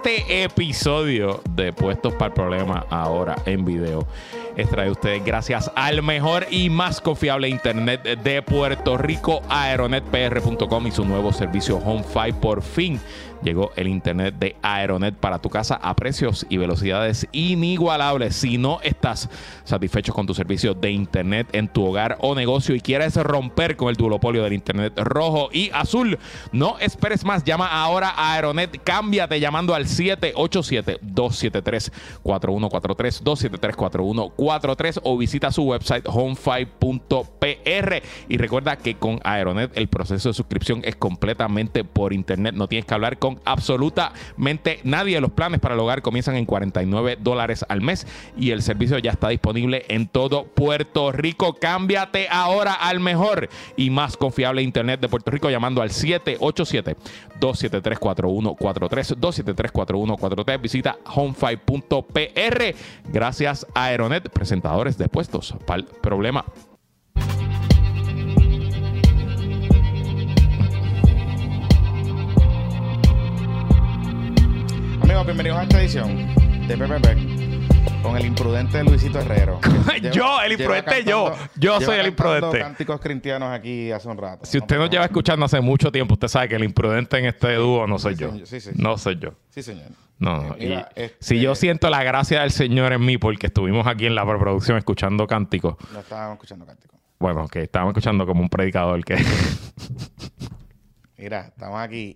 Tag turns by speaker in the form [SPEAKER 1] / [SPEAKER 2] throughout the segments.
[SPEAKER 1] Este episodio de Puestos para el Problema, ahora en video, es traído a ustedes gracias al mejor y más confiable internet de Puerto Rico, aeronetpr.com, y su nuevo servicio HomeFi. Por fin llegó el internet de Aeronet para tu casa a precios y velocidades inigualables. Si no estás satisfecho con tu servicio de internet en tu hogar o negocio y quieres romper con el duopolio del internet rojo y azul, no esperes más. Llama ahora a Aeronet. Cámbiate llamando al 787-273-4143, 273-4143, o visita su website homefi.pr. Y recuerda que con Aeronet el proceso de suscripción es completamente por internet. No tienes que hablar con absolutamente nadie. Los planes para el hogar comienzan en $49 al mes y el servicio ya está disponible en todo Puerto Rico. Cámbiate ahora al mejor y más confiable internet de Puerto Rico llamando al 787-273-4143, 273-4143. Visita homefi.pr. Gracias a Aeronet, presentadores de Puestos para el Problema.
[SPEAKER 2] Amigos, bienvenidos a esta edición de PPP con el imprudente Luisito Herrero.
[SPEAKER 1] Yo soy el imprudente.
[SPEAKER 2] Cánticos cristianos aquí hace un rato.
[SPEAKER 1] Si usted nos lleva escuchando hace mucho tiempo, usted sabe que el imprudente en este dúo no soy yo. No soy yo.
[SPEAKER 2] Sí, señor.
[SPEAKER 1] No. Mira, si yo siento la gracia del Señor en mí, porque estuvimos aquí en la preproducción escuchando cánticos.
[SPEAKER 2] No estábamos escuchando cánticos.
[SPEAKER 1] Bueno, que estábamos escuchando como un predicador que...
[SPEAKER 2] Mira, estamos aquí.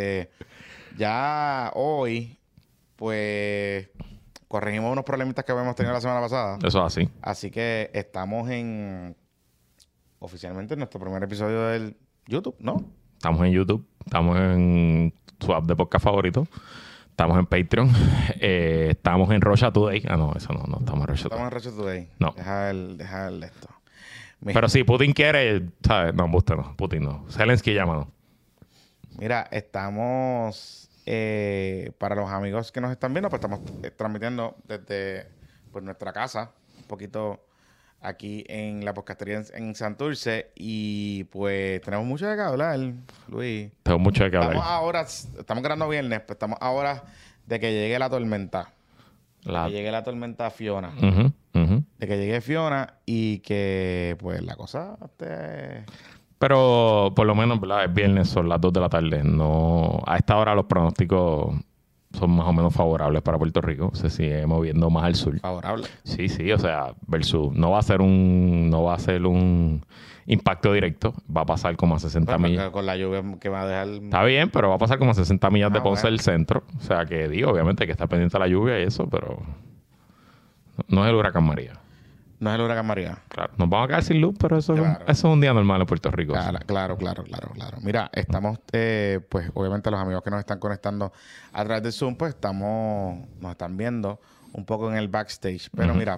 [SPEAKER 2] Ya hoy, pues, corregimos unos problemitas que habíamos tenido la semana pasada.
[SPEAKER 1] Eso es así.
[SPEAKER 2] Así que estamos oficialmente en nuestro primer episodio del YouTube, ¿no?
[SPEAKER 1] Estamos en YouTube. Estamos en su app de podcast favorito. Estamos en Patreon. Estamos en Rocha Today. Ah, no, eso no. No estamos en Rocha Today.
[SPEAKER 2] Estamos en Rocha Today.
[SPEAKER 1] No.
[SPEAKER 2] Deja el esto. Mira.
[SPEAKER 1] Pero si Putin quiere, ¿sabes? No, usted no. Putin no. Zelensky llámanos.
[SPEAKER 2] Mira, estamos... para los amigos que nos están viendo, pues estamos transmitiendo desde nuestra casa, un poquito aquí en la podcastería en Santurce, y pues tenemos mucho de qué hablar, Luis.
[SPEAKER 1] Tengo mucho de qué hablar.
[SPEAKER 2] Estamos grabando viernes, pues estamos ahora de que llegue la tormenta. Que llegue la tormenta Fiona. De que llegue Fiona y que pues la cosa esté...
[SPEAKER 1] Pero por lo menos, ¿verdad? Es viernes, son las 2 de la tarde. No, a esta hora los pronósticos son más o menos favorables para Puerto Rico. Se sigue moviendo más al sur.
[SPEAKER 2] ¿Favorable?
[SPEAKER 1] Sí. O sea, versus no va a ser un impacto directo. Va a pasar como a 60 millas.
[SPEAKER 2] Con la lluvia que va a dejar...
[SPEAKER 1] Está bien, pero va a pasar como a 60 millas de Ponce del centro. O sea, que digo, obviamente hay que estar pendiente de la lluvia y eso, pero no es el huracán María.
[SPEAKER 2] No es el huracán María.
[SPEAKER 1] Claro, nos vamos a quedar sin luz, pero eso es un día normal en Puerto Rico.
[SPEAKER 2] Claro. Mira, estamos, pues obviamente los amigos que nos están conectando a través de Zoom, pues nos están viendo un poco en el backstage. Pero mira,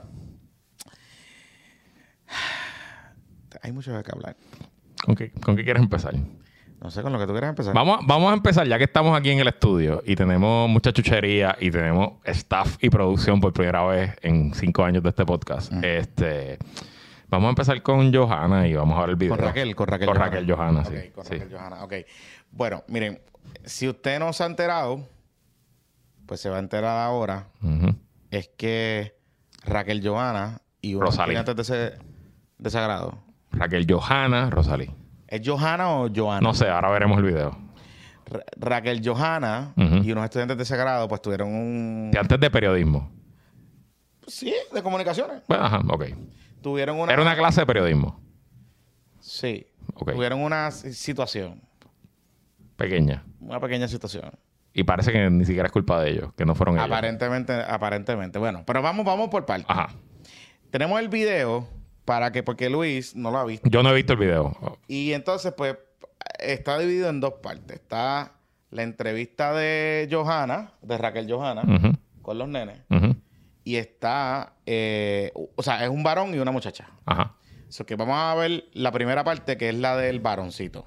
[SPEAKER 2] hay mucho de qué hablar.
[SPEAKER 1] ¿Con qué quieres empezar?
[SPEAKER 2] No sé, con lo que tú quieras empezar.
[SPEAKER 1] Vamos a empezar, ya que estamos aquí en el estudio y tenemos mucha chuchería y tenemos staff y producción por primera vez en 5 años de este podcast. Vamos a empezar con Johanna y vamos a ver el video.
[SPEAKER 2] Con Raquel
[SPEAKER 1] Johanna, sí.
[SPEAKER 2] Con Raquel Johanna, ok. Bueno, miren, si usted no se ha enterado, pues se va a enterar ahora. Es que Raquel Johanna y unos estudiantes de ese desagrado.
[SPEAKER 1] Raquel Johanna, Rosalí.
[SPEAKER 2] ¿Es Johanna o Johanna?
[SPEAKER 1] No sé, ahora veremos el video.
[SPEAKER 2] Raquel Johanna y unos estudiantes de ese grado pues tuvieron un...
[SPEAKER 1] Antes de periodismo.
[SPEAKER 2] Sí, de comunicaciones.
[SPEAKER 1] Bueno, ajá, ok.
[SPEAKER 2] Tuvieron una...
[SPEAKER 1] ¿Era una clase de periodismo?
[SPEAKER 2] Sí.
[SPEAKER 1] Okay.
[SPEAKER 2] Tuvieron una situación.
[SPEAKER 1] Pequeña.
[SPEAKER 2] Una pequeña situación.
[SPEAKER 1] Y parece que ni siquiera es culpa de ellos, que no fueron ellos.
[SPEAKER 2] Aparentemente. Bueno, pero vamos por partes.
[SPEAKER 1] Ajá.
[SPEAKER 2] Tenemos el video... porque Luis no lo ha visto.
[SPEAKER 1] Yo no he visto el video.
[SPEAKER 2] Y entonces, pues, está dividido en 2 partes. Está la entrevista de Raquel Johanna, con los nenes. Y está, o sea, es un varón y una muchacha.
[SPEAKER 1] Ajá.
[SPEAKER 2] So que vamos a ver la primera parte, que es la del varoncito.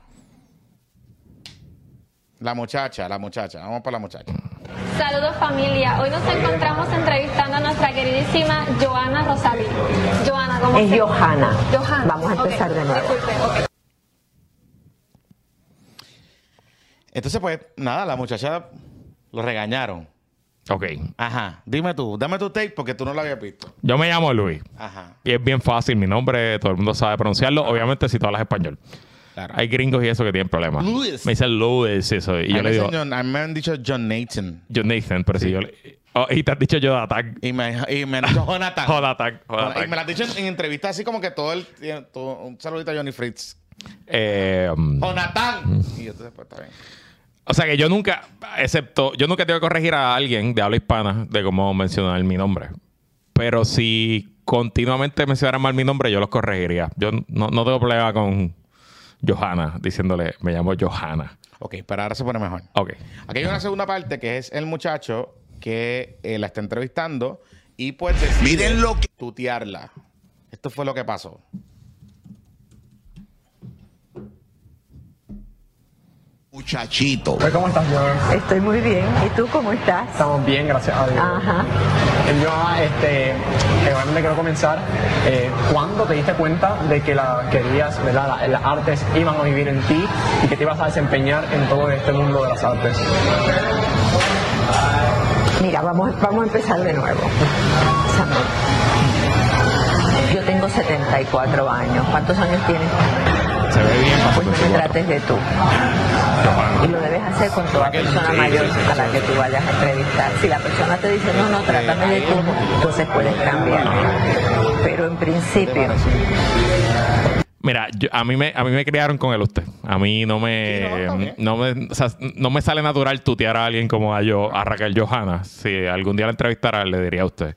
[SPEAKER 2] La muchacha. Vamos por la muchacha.
[SPEAKER 3] Saludos familia. Hoy nos encontramos entrevistando a nuestra queridísima Johanna Rosalí. Johanna, ¿cómo
[SPEAKER 4] es
[SPEAKER 3] se
[SPEAKER 4] Johanna.
[SPEAKER 3] Johanna.
[SPEAKER 4] Vamos a empezar de nuevo.
[SPEAKER 3] Disculpe,
[SPEAKER 2] Entonces, pues, nada, la muchacha lo regañaron.
[SPEAKER 1] Ok.
[SPEAKER 2] Ajá. Dime tú, dame tu take porque tú no lo habías visto.
[SPEAKER 1] Yo me llamo Luis.
[SPEAKER 2] Ajá.
[SPEAKER 1] Y es bien fácil. Mi nombre, todo el mundo sabe pronunciarlo. Obviamente, si tú hablas español.
[SPEAKER 2] Claro.
[SPEAKER 1] Hay gringos y eso que tienen problemas.
[SPEAKER 2] Luis.
[SPEAKER 1] Me dicen Luis, eso. Y yo le digo...
[SPEAKER 2] A mí me han dicho John Nathan.
[SPEAKER 1] John Nathan, pero si yo le... y te has dicho Jonathan.
[SPEAKER 2] Y me han dicho Jonathan.
[SPEAKER 1] Jonathan.
[SPEAKER 2] Y me lo han dicho en entrevistas así como que un saludito a Johnny Fritz.
[SPEAKER 1] Mm.
[SPEAKER 2] Jonathan. Y yo entonces, pues está bien.
[SPEAKER 1] O sea que yo nunca, yo nunca tengo que corregir a alguien de habla hispana de cómo mencionar mi nombre. Pero si continuamente mencionaran mal mi nombre, yo los corregiría. Yo no tengo problema con Johanna, diciéndole, me llamo Johanna.
[SPEAKER 2] Ok, pero ahora se pone mejor.
[SPEAKER 1] Ok.
[SPEAKER 2] Aquí hay una segunda parte que es el muchacho que la está entrevistando y pues decide tutearla. Esto fue lo que pasó.
[SPEAKER 4] Muchachito.
[SPEAKER 5] ¿Cómo estás, Johanna?
[SPEAKER 6] Estoy muy bien. ¿Y tú cómo estás?
[SPEAKER 5] Estamos bien, gracias a Dios.
[SPEAKER 6] Ajá.
[SPEAKER 5] Yo, obviamente quiero comenzar. ¿Cuándo te diste cuenta de que querías, ¿verdad? Las artes iban a vivir en ti y que te ibas a desempeñar en todo este mundo de las artes?
[SPEAKER 6] Mira, vamos a empezar de nuevo. Samuel. Yo tengo 74 años. ¿Cuántos años tienes?
[SPEAKER 1] Se ve bien.
[SPEAKER 6] Pues no me trates de tú. Y lo debes hacer con toda persona mayor a la que tú vayas a entrevistar. Si la persona te dice, no, trátame de tú, entonces puedes cambiar. Pero en principio...
[SPEAKER 1] Mira, a mí me criaron con el usted. A mí no me sale natural tutear a alguien como a Raquel Johanna. Si algún día la entrevistara, le diría a usted.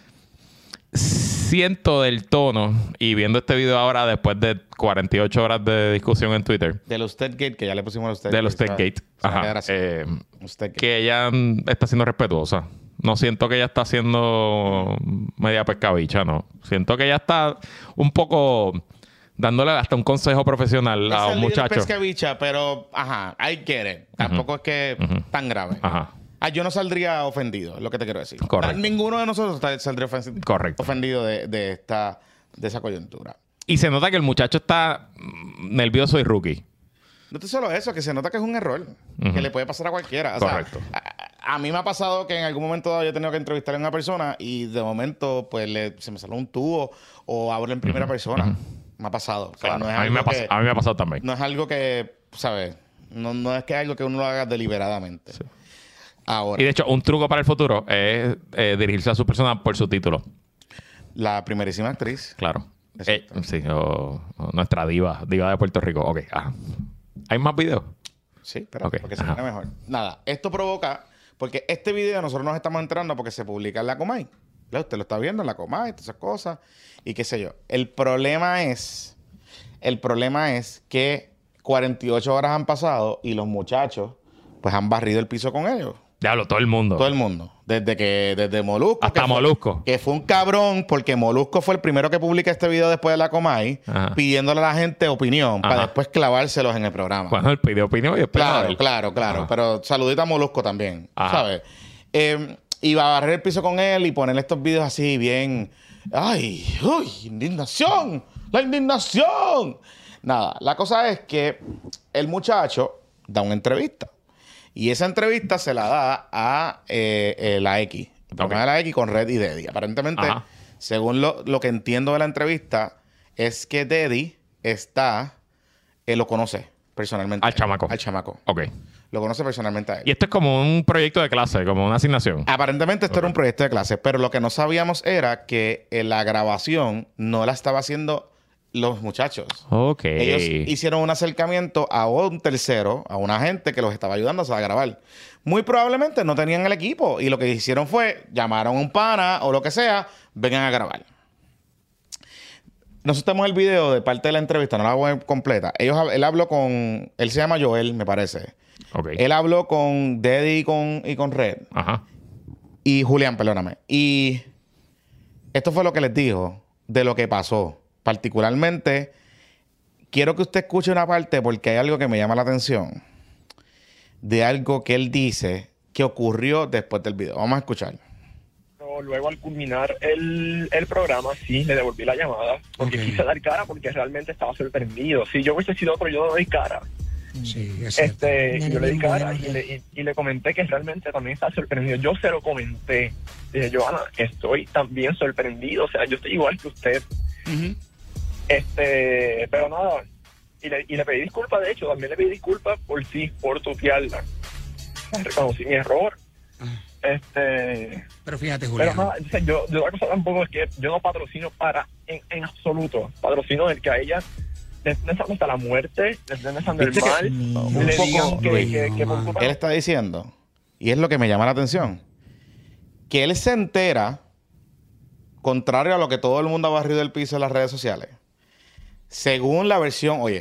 [SPEAKER 1] Siento del tono, y viendo este video ahora después de 48 horas de discusión en Twitter.
[SPEAKER 2] Del Usted Gate, que ya le pusimos el Usted
[SPEAKER 1] Del Usted Gate. Ajá. Que ella está siendo respetuosa. No siento que ella está siendo media pescabicha, no. Siento que ella está un poco dándole hasta un consejo profesional a un muchacho.
[SPEAKER 2] Pescabicha, pero ajá, I get it. Tampoco es que tan grave.
[SPEAKER 1] Ajá.
[SPEAKER 2] Yo no saldría ofendido, es lo que te quiero decir.
[SPEAKER 1] Correcto.
[SPEAKER 2] Ninguno de nosotros saldría ofendido de esa coyuntura.
[SPEAKER 1] Y se nota que el muchacho está nervioso y rookie.
[SPEAKER 2] No es solo eso, que se nota que es un error. Que le puede pasar a cualquiera. O
[SPEAKER 1] correcto.
[SPEAKER 2] Sea, a mí me ha pasado que en algún momento dado yo he tenido que entrevistar a una persona y de momento pues se me salió un tubo o hablo en primera persona. Me ha pasado. O sea,
[SPEAKER 1] Claro.
[SPEAKER 2] no es
[SPEAKER 1] a mí me ha pasado también.
[SPEAKER 2] No es algo que, ¿sabes? No es que es algo que uno lo haga deliberadamente. Sí. Ahora,
[SPEAKER 1] y de hecho, un truco para el futuro es dirigirse a su persona por su título.
[SPEAKER 2] La primerísima actriz.
[SPEAKER 1] Claro. Sí, o nuestra diva de Puerto Rico. Ok, ajá. ¿Hay más videos?
[SPEAKER 2] Sí, pero porque se pone mejor. Nada, esto provoca... Porque este video nosotros nos estamos enterando porque se publica en la Comay. Usted lo está viendo en la Comay, todas esas cosas. Y qué sé yo. El problema es que 48 horas han pasado y los muchachos pues han barrido el piso con ellos.
[SPEAKER 1] Diablo, todo el mundo.
[SPEAKER 2] Todo el mundo. Desde Molusco.
[SPEAKER 1] Hasta Molusco.
[SPEAKER 2] Que fue un cabrón porque Molusco fue el primero que publica este video después de la Comay, pidiéndole a la gente opinión para después clavárselos en el programa.
[SPEAKER 1] Bueno, él pidió opinión y después...
[SPEAKER 2] Claro. Pero saludita a Molusco también, ¿sabes? Y va a barrer el piso con él y ponerle estos videos así bien... ¡Ay! ¡Uy! ¡Indignación! ¡La indignación! Nada, la cosa es que el muchacho da una entrevista. Y esa entrevista se la da a la X. El programa de la X con Red y Deddy. Aparentemente, según lo que entiendo de la entrevista, es que Deddy lo conoce personalmente.
[SPEAKER 1] Al chamaco.
[SPEAKER 2] Al chamaco.
[SPEAKER 1] Ok.
[SPEAKER 2] Lo conoce personalmente a él.
[SPEAKER 1] Y esto es como un proyecto de clase, como una asignación.
[SPEAKER 2] Aparentemente esto era un proyecto de clase, pero lo que no sabíamos era que la grabación no la estaba haciendo los muchachos.
[SPEAKER 1] Ok.
[SPEAKER 2] Ellos hicieron un acercamiento a un tercero, a una gente que los estaba ayudando a grabar. Muy probablemente no tenían el equipo y lo que hicieron fue llamaron a un pana o lo que sea, vengan a grabar. Nosotros tenemos el video de parte de la entrevista, no la voy a ver completa. Él habló con... Él se llama Joel, me parece.
[SPEAKER 1] Okay.
[SPEAKER 2] Él habló con Deddy y con Red.
[SPEAKER 1] Ajá.
[SPEAKER 2] Y Julián, perdóname. Y esto fue lo que les dijo de lo que pasó. Particularmente, quiero que usted escuche una parte porque hay algo que me llama la atención. De algo que él dice que ocurrió después del video. Vamos a escuchar.
[SPEAKER 5] Luego, al culminar el programa, sí, le devolví la llamada porque quise dar cara porque realmente estaba sorprendido. Si yo hubiese sido otro, yo no doy cara.
[SPEAKER 7] Sí, es cierto.
[SPEAKER 5] Y yo le di cara y le comenté que realmente también estaba sorprendido. Yo se lo comenté. Dije, Johanna, estoy también sorprendido. O sea, yo estoy igual que usted. Pero nada. Y le pedí disculpas, de hecho, también le pedí disculpas por tutearla. Reconocí mi error.
[SPEAKER 7] Pero fíjate, Julián.
[SPEAKER 5] Pero nada, yo la cosa tampoco es que yo no patrocino en absoluto. Patrocino el que a ella le estén pensando hasta la muerte, le estén pensando el mal,
[SPEAKER 2] un poco, él está diciendo, y es lo que me llama la atención, que él se entera, contrario a lo que todo el mundo ha barrido del piso en las redes sociales, según la versión, oye,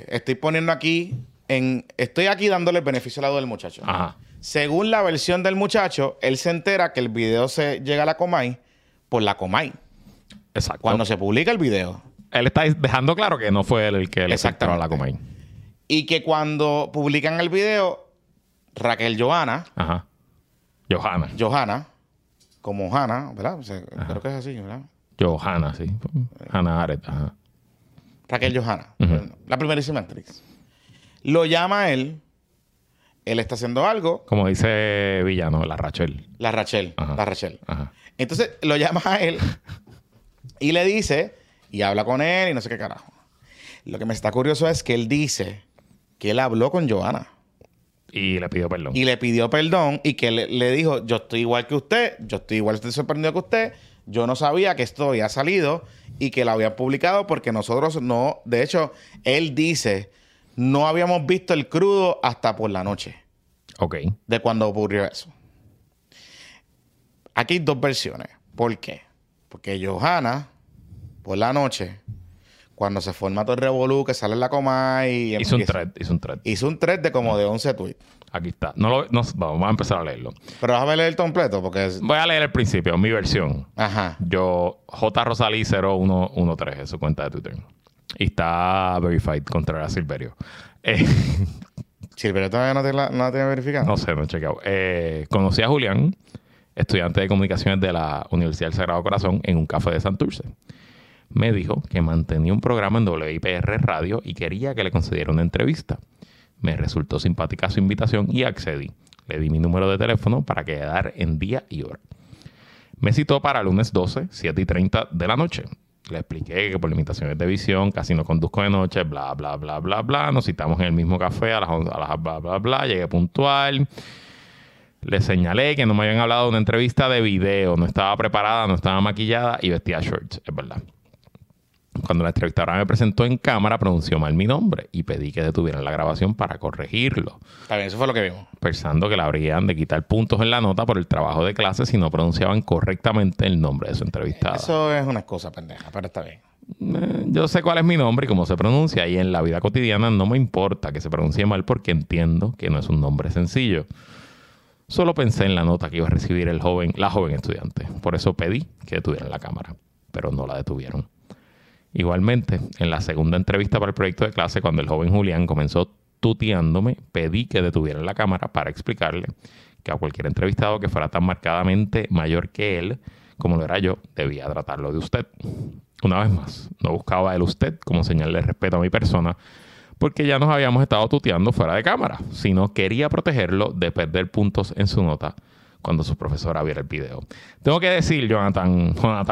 [SPEAKER 2] estoy aquí dándole el beneficio al lado del muchacho.
[SPEAKER 1] Ajá.
[SPEAKER 2] Según la versión del muchacho, él se entera que el video se llega a la Comay por la Comay.
[SPEAKER 1] Exacto.
[SPEAKER 2] Cuando se publica el video.
[SPEAKER 1] Él está dejando claro que no fue él el que le filtró a la Comay.
[SPEAKER 2] Y que cuando publican el video, Raquel Johanna.
[SPEAKER 1] Ajá.
[SPEAKER 2] Johanna. Como Hanna, ¿verdad? O sea, creo que es así, ¿verdad?
[SPEAKER 1] Johanna, sí. Hannah Arendt. Ajá.
[SPEAKER 2] Raquel Johanna. La primerísima actriz. Lo llama a él. Él está haciendo algo.
[SPEAKER 1] Como dice Villano, la Rachel.
[SPEAKER 2] Ajá. Entonces lo llama a él y le dice, y habla con él y no sé qué carajo. Lo que me está curioso es que él dice que él habló con Johanna.
[SPEAKER 1] Y le pidió perdón.
[SPEAKER 2] Y que le dijo, yo estoy igual que usted, estoy sorprendido que usted. Yo no sabía que esto había salido y que lo habían publicado porque nosotros no... De hecho, él dice... No habíamos visto el crudo hasta por la noche.
[SPEAKER 1] Ok.
[SPEAKER 2] De cuando ocurrió eso. Aquí hay dos versiones. ¿Por qué? Porque Johanna, por la noche, cuando se forma todo el revolú, que sale en la Comay...
[SPEAKER 1] Hizo un thread.
[SPEAKER 2] Hizo un thread de como de 11 tweets.
[SPEAKER 1] Aquí está. Vamos a empezar a leerlo.
[SPEAKER 2] Pero déjame leer el completo porque...
[SPEAKER 1] Voy a leer el principio, mi versión.
[SPEAKER 2] Ajá.
[SPEAKER 1] Yo, JRosalí0113, es su cuenta de Twitter. Y está verified contra Silverio.
[SPEAKER 2] ¿Silverio todavía no la tiene verificada?
[SPEAKER 1] No sé, no he chequeado. Conocí a Julián, estudiante de comunicaciones de la Universidad del Sagrado Corazón, en un café de Santurce. Me dijo que mantenía un programa en WIPR Radio y quería que le concediera una entrevista. Me resultó simpática su invitación y accedí. Le di mi número de teléfono para quedar en día y hora. Me citó para lunes 12, 7:30 de la noche. Le expliqué que por limitaciones de visión casi no conduzco de noche, bla, bla, bla, bla, bla. Nos citamos en el mismo café a las bla, bla, bla. Llegué puntual. Le señalé que no me habían hablado de una entrevista de video. No estaba preparada, no estaba maquillada y vestía shorts. Es verdad. Cuando la entrevistadora me presentó en cámara, pronunció mal mi nombre y pedí que detuvieran la grabación para corregirlo.
[SPEAKER 2] Está bien, eso fue lo que vimos.
[SPEAKER 1] Pensando que le habrían de quitar puntos en la nota por el trabajo de clase si no pronunciaban correctamente el nombre de su entrevistada.
[SPEAKER 2] Eso es una excusa pendeja, pero está bien.
[SPEAKER 1] Yo sé cuál es mi nombre y cómo se pronuncia, y en la vida cotidiana no me importa que se pronuncie mal porque entiendo que no es un nombre sencillo. Solo pensé en la nota que iba a recibir la joven estudiante. Por eso pedí que detuvieran la cámara, pero no la detuvieron. Igualmente, en la segunda entrevista para el proyecto de clase, cuando el joven Julián comenzó tuteándome, pedí que detuvieran la cámara para explicarle que a cualquier entrevistado que fuera tan marcadamente mayor que él, como lo era yo, debía tratarlo de usted. Una vez más, no buscaba el usted como señal de respeto a mi persona, porque ya nos habíamos estado tuteando fuera de cámara, sino quería protegerlo de perder puntos en su nota cuando su profesora viera el video. Tengo que decir, Jonathan,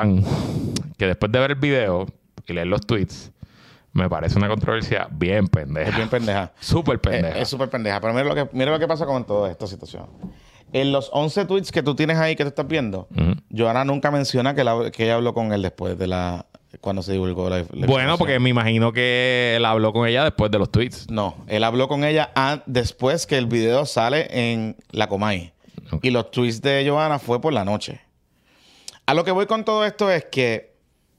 [SPEAKER 1] que después de ver el video y leer los tweets, me parece una controversia bien pendeja.
[SPEAKER 2] Es bien pendeja.
[SPEAKER 1] Súper pendeja.
[SPEAKER 2] Es súper pendeja. Pero mira lo que pasa con toda esta situación. En los 11 tweets que tú tienes ahí, que tú estás viendo, Johanna nunca menciona que ella habló con él después de cuando se divulgó la
[SPEAKER 1] Bueno, porque me imagino que él habló con ella después de los tweets.
[SPEAKER 2] No, él habló con ella después que el video sale en la Comay. Okay. Y los tweets de Johanna fue por la noche. A lo que voy con todo esto es que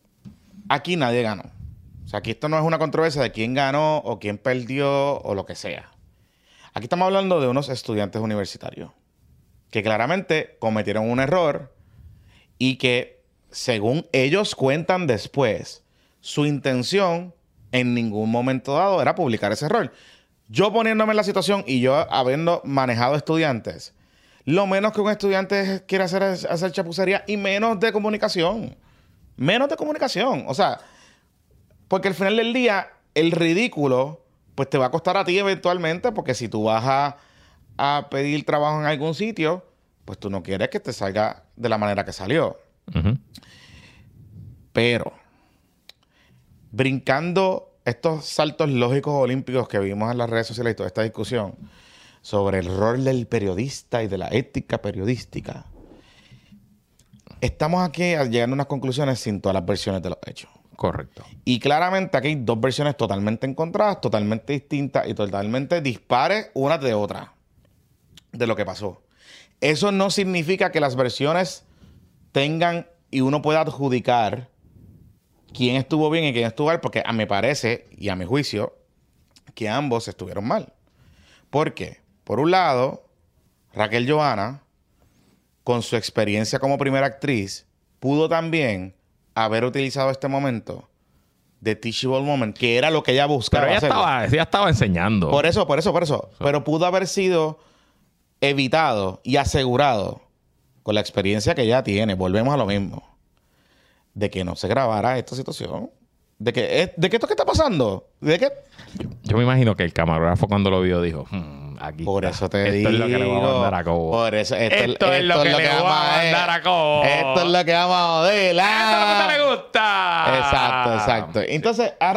[SPEAKER 2] aquí nadie ganó. O sea, aquí esto no es una controversia de quién ganó o quién perdió o lo que sea. Aquí estamos hablando de unos estudiantes universitarios que claramente cometieron un error y que, según ellos cuentan después, su intención en ningún momento dado era publicar ese error. Yo poniéndome en la situación y yo habiendo manejado estudiantes, lo menos que un estudiante quiere hacer es hacer chapucería y menos de comunicación. Menos de comunicación. O sea, porque al final del día, el ridículo pues te va a costar a ti eventualmente, porque si tú vas a pedir trabajo en algún sitio, pues tú no quieres que te salga de la manera que salió.
[SPEAKER 1] Ujú.
[SPEAKER 2] Pero, brincando estos saltos lógicos olímpicos que vimos en las redes sociales y toda esta discusión sobre el rol del periodista y de la ética periodística, estamos aquí llegando a unas conclusiones sin todas las versiones de los hechos.
[SPEAKER 1] Correcto.
[SPEAKER 2] Y claramente aquí hay dos versiones totalmente encontradas, totalmente distintas y totalmente dispares una de otra de lo que pasó. Eso no significa que las versiones tengan y uno pueda adjudicar quién estuvo bien y quién estuvo mal, porque a mi parece y a mi juicio que ambos estuvieron mal. ¿Por qué? Por un lado, Raquel Johanna, con su experiencia como primera actriz, pudo también haber utilizado este momento de teachable moment, que era lo que ella buscaba
[SPEAKER 1] Pero
[SPEAKER 2] hacer.
[SPEAKER 1] ella estaba enseñando.
[SPEAKER 2] Por eso. Pero pudo haber sido evitado y asegurado con la experiencia que ella tiene. Volvemos a lo mismo. De que no se grabara esta situación. De que esto que está pasando. De que...
[SPEAKER 1] Yo me imagino que el camarógrafo cuando lo vio dijo, aquí
[SPEAKER 2] Por
[SPEAKER 1] está.
[SPEAKER 2] eso te
[SPEAKER 1] Esto
[SPEAKER 2] digo.
[SPEAKER 1] es lo que le voy a mandar a Cobo.
[SPEAKER 2] Por eso,
[SPEAKER 1] Esto es lo que le voy a mandar a Cobo.
[SPEAKER 2] Esto es lo que vamos a joder.
[SPEAKER 1] ¡Esto es lo que te le gusta!
[SPEAKER 2] Exacto. Entonces, a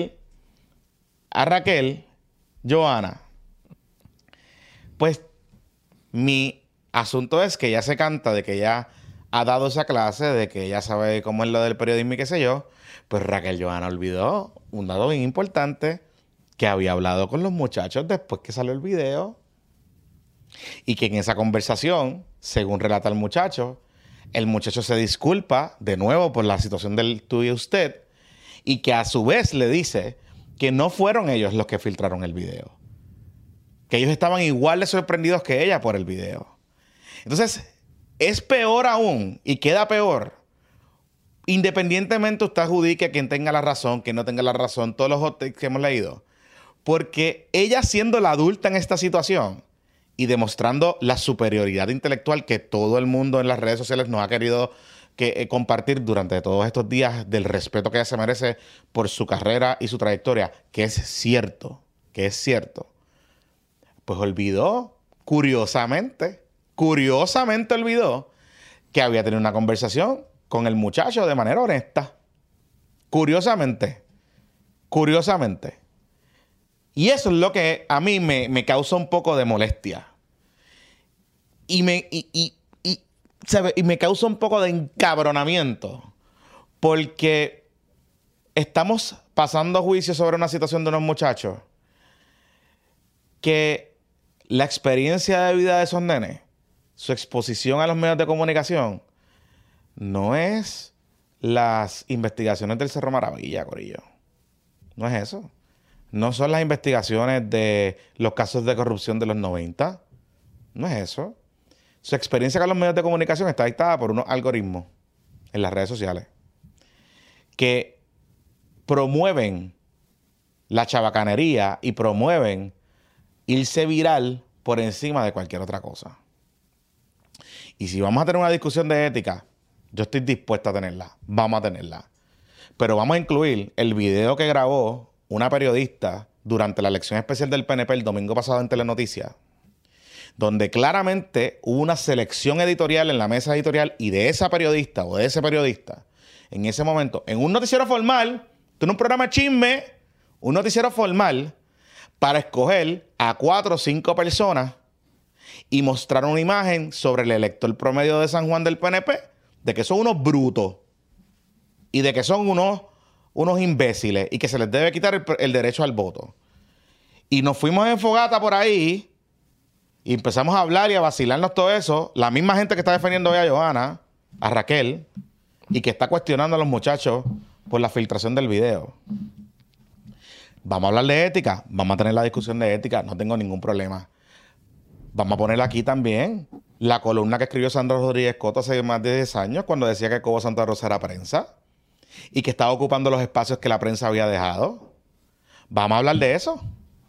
[SPEAKER 2] Raquel, Johanna, pues mi asunto es que ella se canta de que ella ha dado esa clase, de que ella sabe cómo es lo del periodismo y qué sé yo. Pues Raquel Johanna olvidó un dato bien importante, que había hablado con los muchachos después que salió el video y que en esa conversación, según relata el muchacho se disculpa de nuevo por la situación del tú y usted y que a su vez le dice que no fueron ellos los que filtraron el video, que ellos estaban igual de sorprendidos que ella por el video. Entonces, es peor aún y queda peor. Independientemente usted adjudique a quien tenga la razón, quien no tenga la razón, todos los hot takes que hemos leído. Porque ella siendo la adulta en esta situación y demostrando la superioridad intelectual que todo el mundo en las redes sociales nos ha querido compartir durante todos estos días, del respeto que ella se merece por su carrera y su trayectoria, que es cierto, pues olvidó, curiosamente olvidó que había tenido una conversación con el muchacho de manera honesta. Curiosamente. Y eso es lo que a mí me causa un poco de molestia. Y me causa un poco de encabronamiento. Porque estamos pasando juicio sobre una situación de unos muchachos que la experiencia de vida de esos nenes, su exposición a los medios de comunicación, no es las investigaciones del Cerro Maravilla, corillo. No es eso. No son las investigaciones de los casos de corrupción de los 90. No es eso. Su experiencia con los medios de comunicación está dictada por unos algoritmos en las redes sociales que promueven la chabacanería y promueven irse viral por encima de cualquier otra cosa. Y si vamos a tener una discusión de ética, yo estoy dispuesto a tenerla. Vamos a tenerla. Pero vamos a incluir el video que grabó una periodista durante la elección especial del PNP el domingo pasado en Telenoticias, donde claramente hubo una selección editorial en la mesa editorial y de esa periodista o de ese periodista, en ese momento, en un noticiero formal, en un programa de chisme, un noticiero formal, para escoger a 4 o 5 personas y mostrar una imagen sobre el elector promedio de San Juan del PNP, de que son unos brutos y de que son unos imbéciles y que se les debe quitar el derecho al voto. Y nos fuimos en fogata por ahí y empezamos a hablar y a vacilarnos todo eso. La misma gente que está defendiendo hoy a Johanna, a Raquel, y que está cuestionando a los muchachos por la filtración del video. Vamos a hablar de ética. Vamos a tener la discusión de ética. No tengo ningún problema. Vamos a poner aquí también la columna que escribió Sandra Rodríguez Coto hace más de 10 años cuando decía que Cobo Santa Rosa era prensa y que estaba ocupando los espacios que la prensa había dejado. Vamos a hablar de eso.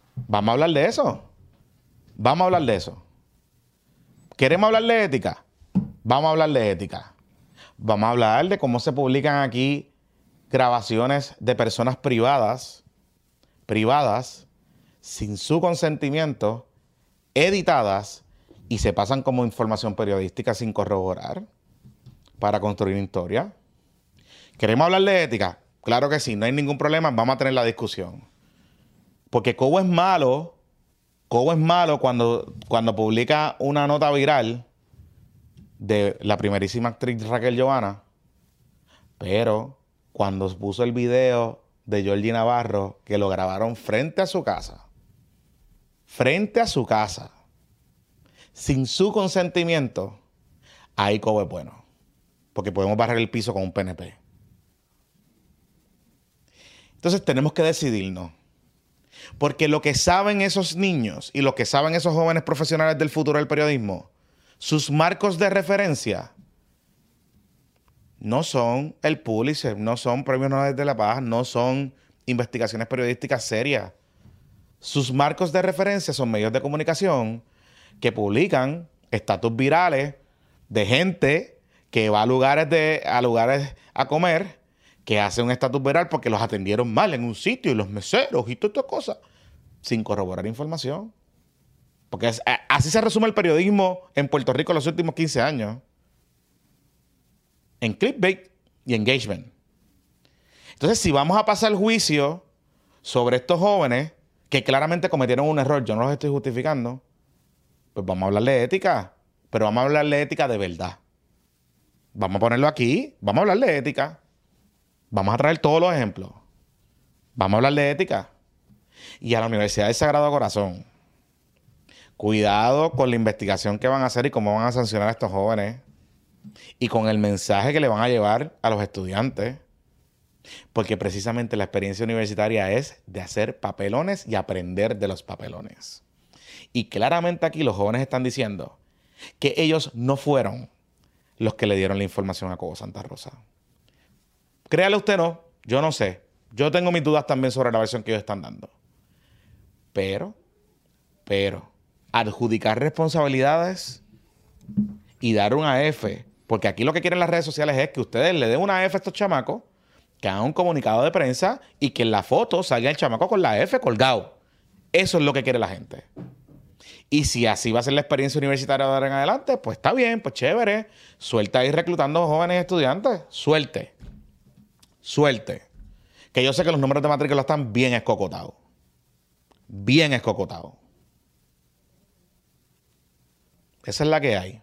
[SPEAKER 2] ¿Queremos hablar de ética? Vamos a hablar de ética. Vamos a hablar de cómo se publican aquí grabaciones de personas privadas sin su consentimiento, editadas y se pasan como información periodística sin corroborar para construir historia. ¿Queremos hablar de ética? Claro que sí, no hay ningún problema, vamos a tener la discusión. Porque Cobo es malo cuando publica una nota viral de la primerísima actriz Raquel Johanna, pero cuando puso el video de Georgie Navarro, que lo grabaron frente a su casa, sin su consentimiento, ahí Cobo es bueno. Porque podemos barrer el piso con un PNP. Entonces tenemos que decidirnos. Porque lo que saben esos niños y lo que saben esos jóvenes profesionales del futuro del periodismo, sus marcos de referencia no son el Pulitzer, no son Premios Nobel de la Paz, no son investigaciones periodísticas serias. Sus marcos de referencia son medios de comunicación que publican estatus virales de gente que va a lugares a comer, que hace un estatus viral porque los atendieron mal en un sitio y los meseros y todas estas cosas, sin corroborar información. Porque así se resume el periodismo en Puerto Rico en los últimos 15 años. En clickbait y engagement. Entonces, si vamos a pasar juicio sobre estos jóvenes que claramente cometieron un error, yo no los estoy justificando, pues vamos a hablar de ética, pero vamos a hablar de ética de verdad. Vamos a ponerlo aquí, vamos a hablar de ética. Vamos a traer todos los ejemplos. Vamos a hablar de ética. Y a la Universidad del Sagrado Corazón, cuidado con la investigación que van a hacer y cómo van a sancionar a estos jóvenes. Y con el mensaje que le van a llevar a los estudiantes. Porque precisamente la experiencia universitaria es de hacer papelones y aprender de los papelones. Y claramente aquí los jóvenes están diciendo que ellos no fueron los que le dieron la información a Cobo Santa Rosa. Créale usted no, yo no sé. Yo tengo mis dudas también sobre la versión que ellos están dando. Pero, adjudicar responsabilidades y dar una F, porque aquí lo que quieren las redes sociales es que ustedes le den una F a estos chamacos, que hagan un comunicado de prensa y que en la foto salga el chamaco con la F colgado. Eso es lo que quiere la gente. Y si así va a ser la experiencia universitaria de ahora en adelante, pues está bien, pues chévere. Suelta ahí reclutando jóvenes estudiantes. Suerte. Que yo sé que los números de matrícula están bien escocotados. Bien escocotados. Esa es la que hay.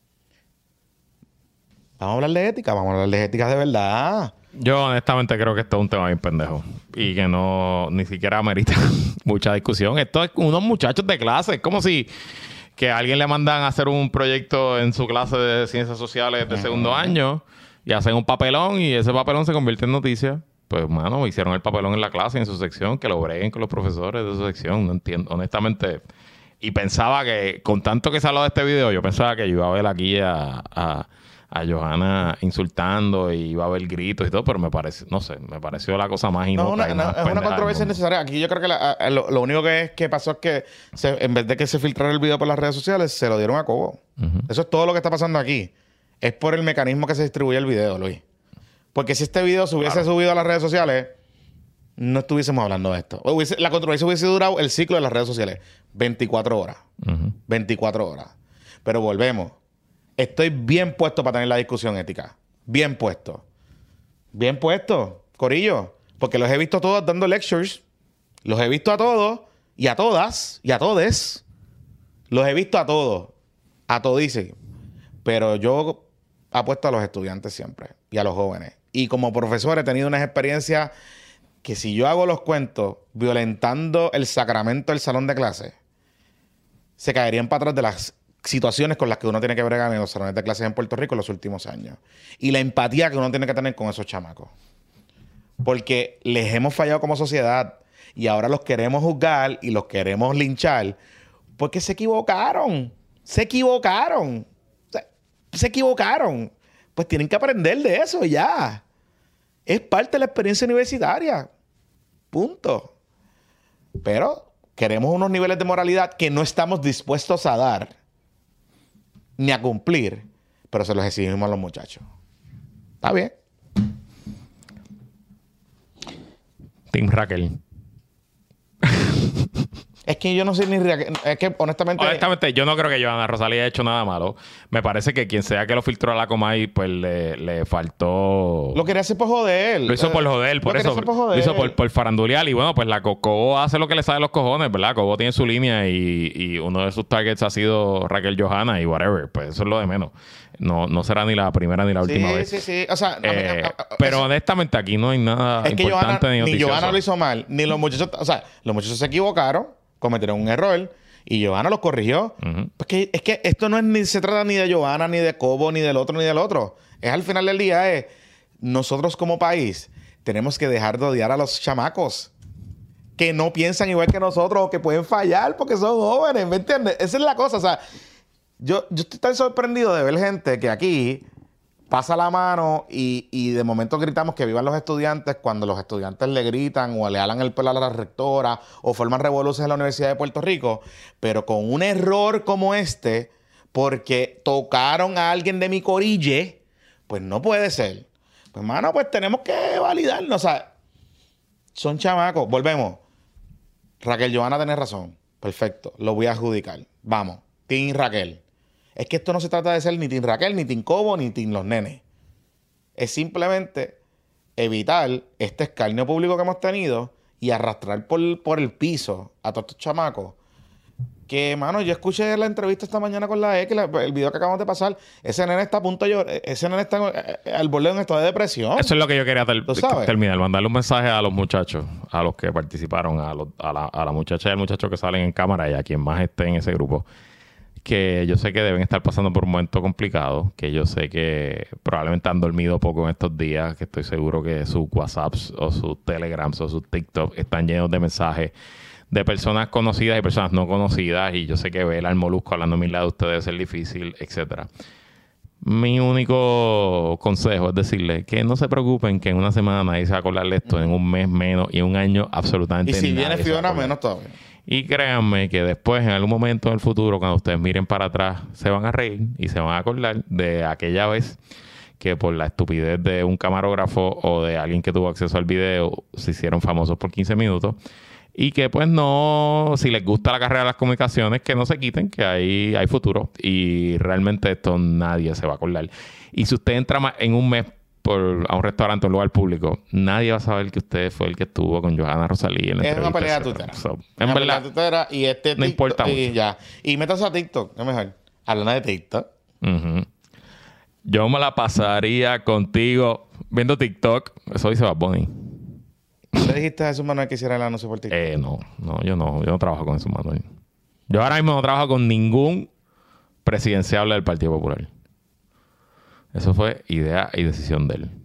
[SPEAKER 2] Vamos a hablar de ética. Vamos a hablar de ética de verdad.
[SPEAKER 1] Yo honestamente creo que esto es un tema bien pendejo y que no ni siquiera amerita mucha discusión. Esto es unos muchachos de clase. Es como si que a alguien le mandan a hacer un proyecto en su clase de ciencias sociales de segundo año y hacen un papelón y ese papelón se convierte en noticia. Pues, mano, hicieron el papelón en la clase, en su sección, que lo breguen con los profesores de su sección. No entiendo, honestamente. Y pensaba que, con tanto que se habló de este video, yo pensaba que yo iba a ver aquí a Johanna insultando y iba a haber gritos y todo, pero me parece, no sé, me pareció la cosa más inútil.
[SPEAKER 2] Es una controversia innecesaria. Aquí yo creo que lo único que pasó es que en vez de que se filtrara el video por las redes sociales, se lo dieron a Cobo. Eso es todo lo que está pasando aquí. Es por el mecanismo que se distribuye el video, Luis. Porque si este video se hubiese subido a las redes sociales, no estuviésemos hablando de esto. La controversia hubiese durado el ciclo de las redes sociales. 24 horas. 24 horas. Pero volvemos. Estoy bien puesto para tener la discusión ética. Bien puesto. Bien puesto, corillo. Porque los he visto todos dando lectures. Los he visto a todos y a todas y a todes. Los he visto a todos. A todice. Pero yo apuesto a los estudiantes siempre. Y a los jóvenes. Y como profesor he tenido unas experiencias que si yo hago los cuentos violentando el sacramento del salón de clase, se caerían para atrás de las situaciones con las que uno tiene que bregar en los salones de clases en Puerto Rico en los últimos años. Y la empatía que uno tiene que tener con esos chamacos. Porque les hemos fallado como sociedad y ahora los queremos juzgar y los queremos linchar porque se equivocaron. Se equivocaron. Pues tienen que aprender de eso ya. Es parte de la experiencia universitaria. Punto. Pero queremos unos niveles de moralidad que no estamos dispuestos a dar ni a cumplir, pero se los exigimos a los muchachos. ¿Está bien?
[SPEAKER 1] Team Raquel.
[SPEAKER 2] Es que yo no sé ni... Es que honestamente...
[SPEAKER 1] Honestamente, yo no creo que Johanna Rosalí haya hecho nada malo. Me parece que quien sea que lo filtró a la Comay, pues le faltó...
[SPEAKER 2] Lo quería hacer por joder.
[SPEAKER 1] Lo hizo por joder, por eso. Lo hizo por farandulear. Y bueno, pues la Cobo hace lo que le sale los cojones, ¿verdad? Cobo tiene su línea y uno de sus targets ha sido Raquel Johanna y whatever. Pues eso es lo de menos. No será ni la primera ni la última vez.
[SPEAKER 2] Sí. O sea,
[SPEAKER 1] pero honestamente aquí no hay nada
[SPEAKER 2] es que
[SPEAKER 1] importante
[SPEAKER 2] Johanna,
[SPEAKER 1] ni noticioso.
[SPEAKER 2] Ni Johanna lo hizo mal, ni los muchachos... O sea, los muchachos se equivocaron, cometieron un error y Johanna los corrigió. Porque es que esto no es ni se trata ni de Johanna, ni de Cobo, ni del otro, ni del otro. Es al final del día, nosotros como país tenemos que dejar de odiar a los chamacos que no piensan igual que nosotros o que pueden fallar porque son jóvenes, ¿me entiendes? Esa es la cosa, o sea, yo estoy tan sorprendido de ver gente que aquí pasa la mano y de momento gritamos que vivan los estudiantes cuando los estudiantes le gritan o le alan el pelo a la rectora o forman revoluciones en la Universidad de Puerto Rico, pero con un error como este, porque tocaron a alguien de mi corille, pues no puede ser. Pues, mano, pues tenemos que validarnos. O sea, son chamacos. Volvemos. Raquel Johanna tiene razón. Perfecto. Lo voy a adjudicar. Vamos. Team Raquel. Es que esto no se trata de ser ni Team Raquel, ni Team Cobo, ni Team los nenes. Es simplemente evitar este escarnio público que hemos tenido y arrastrar por el piso a todos estos chamacos. Que, mano, yo escuché la entrevista esta mañana con la X, el video que acabamos de pasar. Ese nene está a punto de llorar. Ese nene está al borde de un estado de depresión.
[SPEAKER 1] Eso es lo que yo quería terminar. Mandarle un mensaje a los muchachos, a los que participaron, a la muchacha y al muchacho que salen en cámara y a quien más esté en ese grupo. Que yo sé que deben estar pasando por un momento complicado, que yo sé que probablemente han dormido poco en estos días, que estoy seguro que sus WhatsApps o sus Telegrams o sus TikTok están llenos de mensajes de personas conocidas y personas no conocidas, y yo sé que ver al Molusco hablando a mi lado de ustedes debe ser difícil, etcétera. Mi único consejo es decirles que no se preocupen, que en una semana nadie se va a acordar de esto, en un mes menos y en un año absolutamente
[SPEAKER 2] nadie. Y si viene
[SPEAKER 1] se
[SPEAKER 2] Fiona, menos todavía.
[SPEAKER 1] Y créanme que después, en algún momento en el futuro, cuando ustedes miren para atrás, se van a reír y se van a acordar de aquella vez que por la estupidez de un camarógrafo o de alguien que tuvo acceso al video se hicieron famosos por 15 minutos. Y que pues no, si les gusta la carrera de las comunicaciones, que no se quiten, que hay futuro. Y realmente esto nadie se va a acordar. Y si usted entra en un mes a un restaurante o un lugar público, nadie va a saber que usted fue el que estuvo con Johanna Rosalí en la entrevista.
[SPEAKER 2] Es una pelea tutera.
[SPEAKER 1] En verdad,
[SPEAKER 2] tutera y no TikTok,
[SPEAKER 1] importa mucho.
[SPEAKER 2] Y ya. Y métase a TikTok, es mejor. Hablando de TikTok.
[SPEAKER 1] Yo me la pasaría contigo viendo TikTok. Eso dice Bad Bunny.
[SPEAKER 2] ¿Le dijiste a Jesús Manuel que hiciera el anuncio por TikTok?
[SPEAKER 1] Yo no trabajo con Jesús Manuel. Yo ahora mismo no trabajo con ningún presidenciable del Partido Popular. Eso fue idea y decisión de él.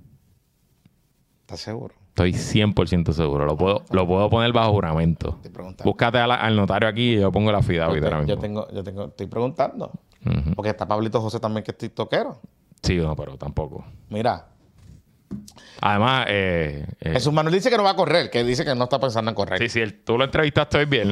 [SPEAKER 2] ¿Estás seguro?
[SPEAKER 1] Estoy 100% seguro. Lo puedo poner bajo juramento. Búscate al notario aquí y yo pongo la affidavit ahora mismo.
[SPEAKER 2] Estoy preguntando. Porque está Pablito José también, que es tiktokero.
[SPEAKER 1] Sí, no, pero tampoco.
[SPEAKER 2] Mira.
[SPEAKER 1] Además,
[SPEAKER 2] Jesús Manuel dice que no va a correr, que dice que no está pensando en correr.
[SPEAKER 1] Sí, tú lo entrevistaste hoy bien, ¿no?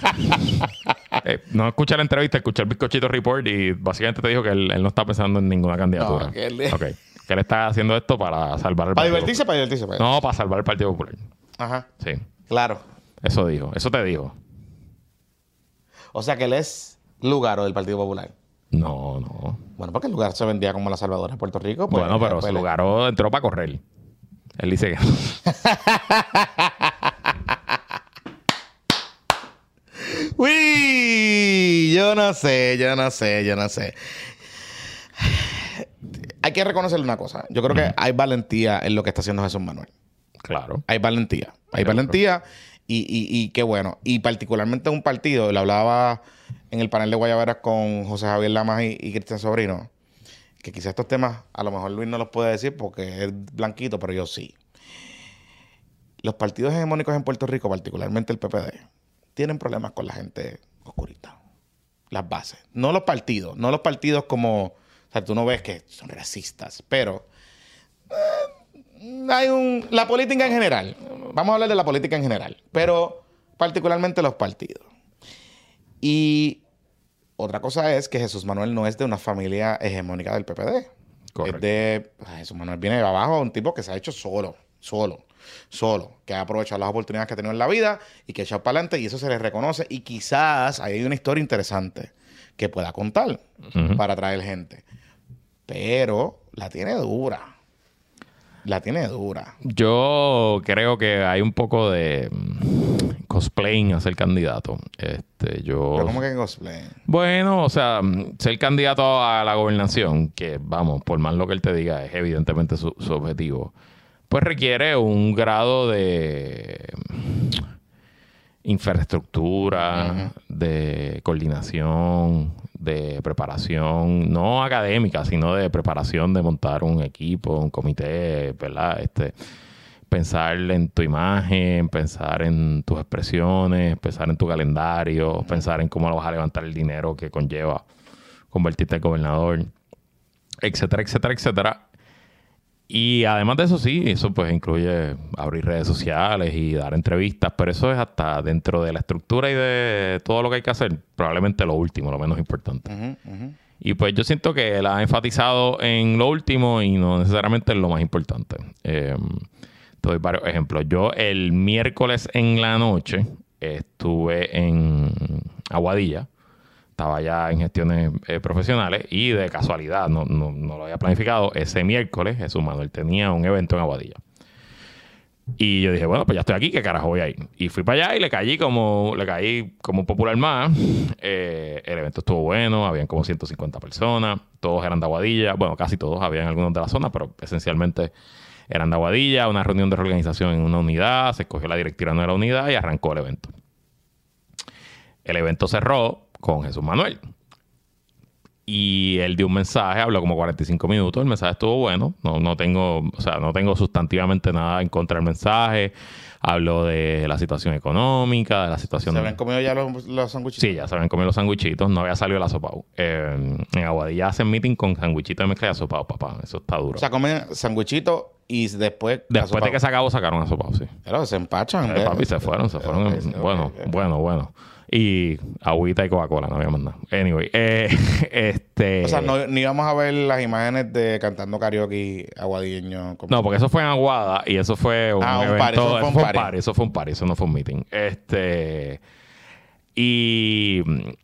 [SPEAKER 1] No escucha la entrevista, escucha el Bizcochito Report y básicamente te dijo que él no está pensando en ninguna candidatura.
[SPEAKER 2] No, que él
[SPEAKER 1] está haciendo esto para salvar el
[SPEAKER 2] Partido
[SPEAKER 1] Popular.
[SPEAKER 2] Para divertirse.
[SPEAKER 1] No, para salvar el Partido Popular.
[SPEAKER 2] Ajá.
[SPEAKER 1] Sí.
[SPEAKER 2] Claro.
[SPEAKER 1] Eso te dijo.
[SPEAKER 2] O sea que él es Lugaro del Partido Popular.
[SPEAKER 1] No.
[SPEAKER 2] Bueno, porque el lugar se vendía como la salvadora de Puerto Rico. Pues,
[SPEAKER 1] bueno, pero su lugar entró para correr. Él dice que...
[SPEAKER 2] Uy, yo no sé. Hay que reconocerle una cosa. Yo creo que hay valentía en lo que está haciendo Jesús Manuel.
[SPEAKER 1] Claro.
[SPEAKER 2] Hay valentía. Y qué bueno. Y particularmente un partido, le hablaba en el panel de Guayaberas con José Javier Lamas y Cristian Sobrino, que quizás estos temas a lo mejor Luis no los puede decir porque es blanquito, pero yo sí. Los partidos hegemónicos en Puerto Rico, particularmente el PPD, tienen problemas con la gente oscurita. Las bases. No los partidos como... O sea, tú no ves que son racistas, pero... la política en general. Vamos a hablar de la política en general. Pero particularmente los partidos. Y otra cosa es que Jesús Manuel no es de una familia hegemónica del PPD.
[SPEAKER 1] Correcto.
[SPEAKER 2] Jesús Manuel viene de abajo, un tipo que se ha hecho solo. solo, que ha aprovechado las oportunidades que ha tenido en la vida y que ha echado para adelante y eso se le reconoce y quizás ahí hay una historia interesante que pueda contar para atraer gente. Pero la tiene dura. La tiene dura.
[SPEAKER 1] Yo creo que hay un poco de cosplaying a ser candidato.
[SPEAKER 2] ¿Pero cómo que cosplay?
[SPEAKER 1] Bueno, o sea, ser candidato a la gobernación, que vamos, por más lo que él te diga, es evidentemente su objetivo, pues requiere un grado de infraestructura, de coordinación, de preparación, no académica, sino de preparación de montar un equipo, un comité, ¿verdad? Pensar en tu imagen, pensar en tus expresiones, pensar en tu calendario, pensar en cómo lo vas a levantar el dinero que conlleva convertirte en gobernador, etcétera, etcétera, etcétera. Y además de eso, sí, eso pues incluye abrir redes sociales y dar entrevistas, pero eso es hasta dentro de la estructura y de todo lo que hay que hacer, probablemente lo último, lo menos importante. Y pues yo siento que él ha enfatizado en lo último y no necesariamente en lo más importante. Te doy varios ejemplos. Yo el miércoles en la noche estuve en Aguadilla. Estaba ya en gestiones profesionales y de casualidad, no lo había planificado. Ese miércoles Jesús Manuel tenía un evento en Aguadilla. Y yo dije, bueno, pues ya estoy aquí, ¿qué carajo voy a ir? Y fui para allá y le caí como un popular más. El evento estuvo bueno, habían como 150 personas, todos eran de Aguadilla. Bueno, casi todos, habían algunos de la zona, pero esencialmente eran de Aguadilla. Una reunión de reorganización en una unidad, se escogió la directiva de la unidad y arrancó el evento. El evento cerró con Jesús Manuel. Y él dio un mensaje, habló como 45 minutos. El mensaje estuvo bueno. No tengo sustantivamente nada en contra del mensaje. Habló de la situación económica, de la situación...
[SPEAKER 2] ¿Se habían comido ya los sanguchitos?
[SPEAKER 1] Sí, ya se habían comido los sanguchitos. No había salido el asopao. En Aguadilla hacen meeting con sanguchitos de mezcla y asopao, papá. Eso está duro.
[SPEAKER 2] O sea, comen sanguchitos y después
[SPEAKER 1] de que se acabó, sacaron asopao, sí.
[SPEAKER 2] Pero se empachan.
[SPEAKER 1] Papi, se fueron. Bueno. Y agüita y Coca-Cola, no había más nada. Anyway,
[SPEAKER 2] O sea, no íbamos a ver las imágenes de cantando karaoke aguadilleño.
[SPEAKER 1] No, porque eso fue en Aguada y eso fue un evento.
[SPEAKER 2] Eso fue un party.
[SPEAKER 1] Eso fue un party, eso no fue un meeting. Y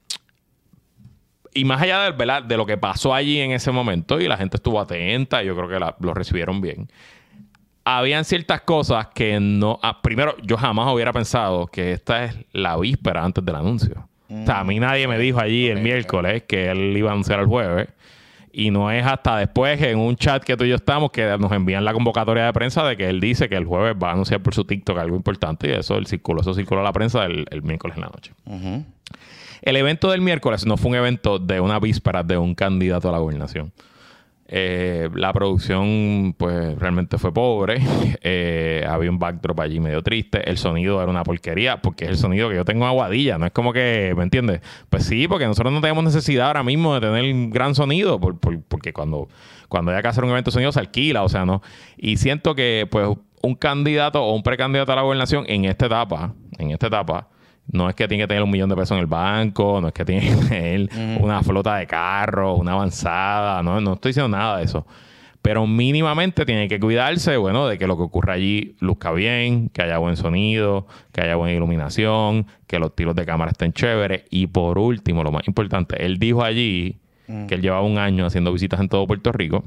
[SPEAKER 1] más allá de lo que pasó allí en ese momento, y la gente estuvo atenta, y yo creo que lo recibieron bien. Habían ciertas cosas que no... primero, yo jamás hubiera pensado que esta es la víspera antes del anuncio. O sea, a mí nadie me dijo allí el miércoles que él iba a anunciar el jueves. Y no es hasta después en un chat que tú y yo estamos que nos envían la convocatoria de prensa de que él dice que el jueves va a anunciar por su TikTok algo importante. Y eso circuló a la prensa el miércoles en la noche. El evento del miércoles no fue un evento de una víspera de un candidato a la gobernación. La producción pues realmente fue pobre. Había un backdrop allí medio triste. El sonido era una porquería porque es el sonido que yo tengo en Aguadilla. No es como que, ¿me entiendes? Pues sí, porque nosotros no tenemos necesidad ahora mismo de tener gran sonido porque cuando haya que hacer un evento de sonido se alquila, o sea, no. Y siento que pues un candidato o un precandidato a la gobernación en esta etapa no es que tiene que tener $1 millón de pesos en el banco, no es que tiene que tener una flota de carros, una avanzada, no estoy diciendo nada de eso. Pero mínimamente tiene que cuidarse, bueno, de que lo que ocurra allí luzca bien, que haya buen sonido, que haya buena iluminación, que los tiros de cámara estén chéveres. Y por último, lo más importante, él dijo allí que él llevaba 1 año haciendo visitas en todo Puerto Rico.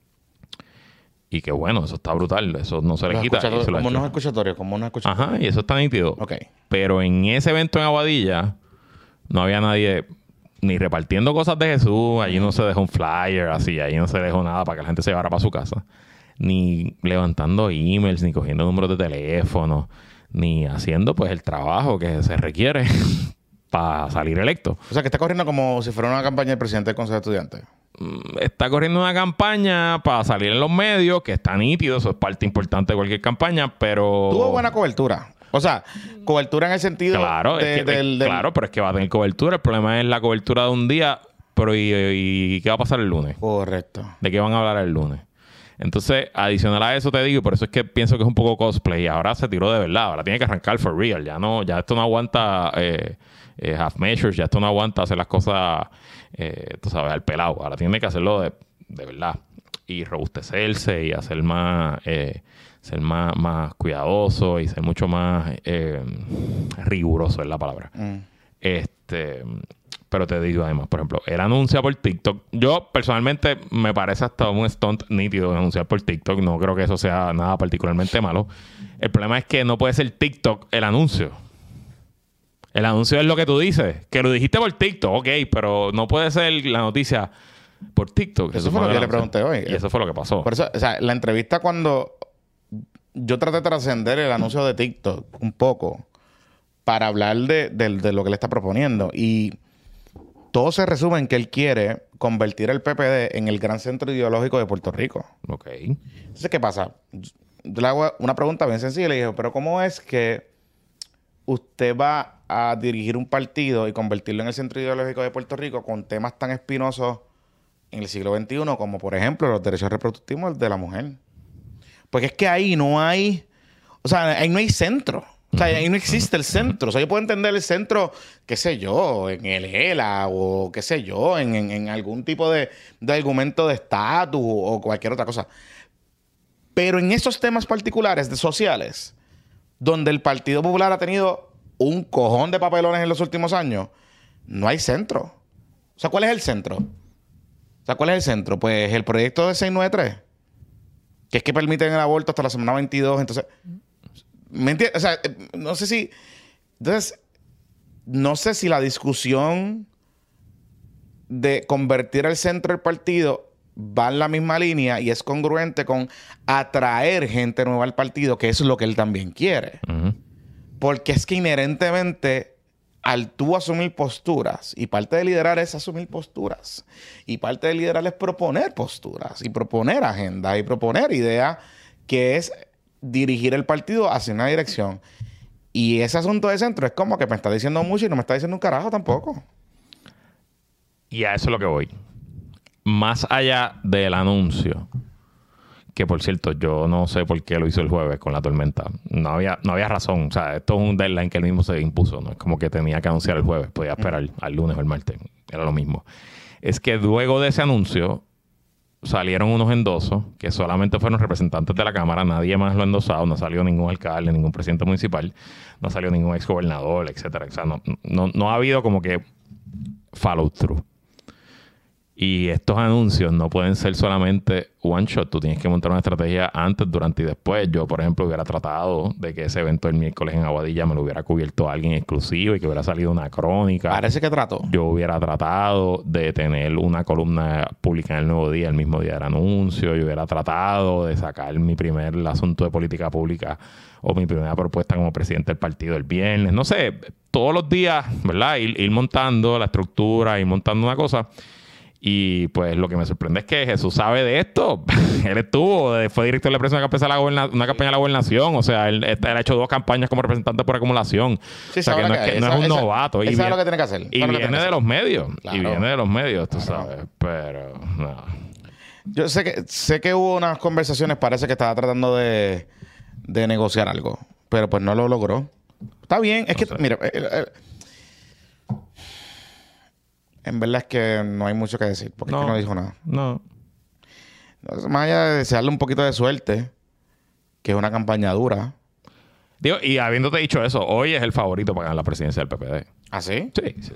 [SPEAKER 1] Y que bueno, eso está brutal. Eso no se le quita.
[SPEAKER 2] Como unos escuchatorios.
[SPEAKER 1] Ajá, y eso está nítido.
[SPEAKER 2] Ok.
[SPEAKER 1] Pero en ese evento en Aguadilla no había nadie ni repartiendo cosas de Jesús. Allí no se dejó un flyer así. Allí no se dejó nada para que la gente se llevara para su casa. Ni levantando emails, ni cogiendo números de teléfono, ni haciendo pues el trabajo que se requiere para salir electo.
[SPEAKER 2] O sea, que está corriendo como si fuera una campaña del presidente del Consejo de Estudiantes.
[SPEAKER 1] Está corriendo una campaña para salir en los medios, que está nítido, eso es parte importante de cualquier campaña, pero...
[SPEAKER 2] Tuvo buena cobertura. O sea, cobertura en el sentido...
[SPEAKER 1] Claro, claro, pero es que va a tener cobertura. El problema es la cobertura de un día, pero ¿y qué va a pasar el lunes?
[SPEAKER 2] Correcto.
[SPEAKER 1] ¿De qué van a hablar el lunes? Entonces, adicional a eso te digo, y por eso es que pienso que es un poco cosplay. Ahora se tiró de verdad, ahora tiene que arrancar for real. Ya esto no aguanta half measures, ya esto no aguanta hacer las cosas, tú sabes, al pelado. Ahora tiene que hacerlo de verdad. y robustecerse y hacer ser más cuidadoso y ser mucho más riguroso es la palabra. Pero te digo además, por ejemplo, él anuncia por TikTok. Yo personalmente me parece hasta un stunt nítido anunciar por TikTok. No creo que eso sea nada particularmente malo. El problema es que no puede ser TikTok el anuncio. El anuncio es lo que tú dices. Que lo dijiste por TikTok, ok, pero no puede ser la noticia por TikTok.
[SPEAKER 2] Eso fue lo que yo le pregunté hoy.
[SPEAKER 1] Y eso fue lo que pasó.
[SPEAKER 2] Por eso, o sea, la entrevista cuando yo traté de trascender el anuncio de TikTok un poco para hablar de lo que le está proponiendo. Y todo se resume en que él quiere convertir el PPD en el gran centro ideológico de Puerto Rico.
[SPEAKER 1] Ok.
[SPEAKER 2] Entonces, ¿qué pasa? Yo le hago una pregunta bien sencilla y le dije, pero ¿cómo es que usted va a dirigir un partido y convertirlo en el centro ideológico de Puerto Rico con temas tan espinosos en el siglo XXI como, por ejemplo, los derechos reproductivos de la mujer? Porque es que ahí no hay... O sea, ahí no hay centro. O sea, ahí no existe el centro. O sea, yo puedo entender el centro, qué sé yo, en el ELA o qué sé yo, en algún tipo de argumento de estatus o cualquier otra cosa. Pero en esos temas particulares de sociales, donde el Partido Popular ha tenido un cojón de papelones en los últimos años, no hay centro. O sea, ¿cuál es el centro? O sea, ¿cuál es el centro? Pues el proyecto de 693, que es que permiten el aborto hasta la semana 22. Entonces... ¿me entiendes? O sea, no sé si... Entonces, no sé si la discusión de convertir el centro del partido va en la misma línea y es congruente con atraer gente nueva al partido, que eso es lo que él también quiere. Porque es que inherentemente, al tú asumir posturas, y parte de liderar es asumir posturas, y parte de liderar es proponer posturas, y proponer agendas, y proponer ideas, que es... dirigir el partido hacia una dirección. Y ese asunto de centro es como que me está diciendo mucho y no me está diciendo un carajo tampoco.
[SPEAKER 1] Y a eso es lo que voy. Más allá del anuncio, que por cierto, yo no sé por qué lo hizo el jueves con la tormenta. No había razón. O sea, esto es un deadline que él mismo se impuso. No es como que tenía que anunciar el jueves. Podía esperar al lunes o el martes. Era lo mismo. Es que luego de ese anuncio salieron unos endosos que solamente fueron representantes de la Cámara. Nadie más lo ha endosado. No salió ningún alcalde, ningún presidente municipal. No salió ningún exgobernador, etcétera. O sea, no ha habido como que follow through. Y estos anuncios no pueden ser solamente one shot. Tú tienes que montar una estrategia antes, durante y después. Yo, por ejemplo, hubiera tratado de que ese evento del miércoles en Aguadilla me lo hubiera cubierto a alguien exclusivo y que hubiera salido una crónica.
[SPEAKER 2] Parece que trató.
[SPEAKER 1] Yo hubiera tratado de tener una columna pública en el Nuevo Día el mismo día del anuncio. Yo hubiera tratado de sacar mi primer asunto de política pública o mi primera propuesta como presidente del partido el viernes. No sé, todos los días, ¿verdad? Ir montando la estructura, ir montando una cosa. Y pues lo que me sorprende es que Jesús sabe de esto. Él fue director de la prensa de una campaña de la gobernación. O sea, él ha hecho 2 campañas como representante por acumulación.
[SPEAKER 2] Sí,
[SPEAKER 1] o sea, que no es un novato.
[SPEAKER 2] Él sabe lo que tiene que hacer.
[SPEAKER 1] Y viene de los medios.
[SPEAKER 2] Claro.
[SPEAKER 1] Y viene de los medios, tú sabes. Pero, no.
[SPEAKER 2] Yo sé que hubo unas conversaciones, parece que estaba tratando de negociar algo. Pero pues no lo logró. Está bien. Es que, mira... en verdad es que no hay mucho que decir, porque es que no dijo nada.
[SPEAKER 1] No.
[SPEAKER 2] Más allá de desearle un poquito de suerte, que es una campaña dura.
[SPEAKER 1] Digo, y habiéndote dicho eso, hoy es el favorito para ganar la presidencia del PPD.
[SPEAKER 2] ¿Ah, sí?
[SPEAKER 1] Sí.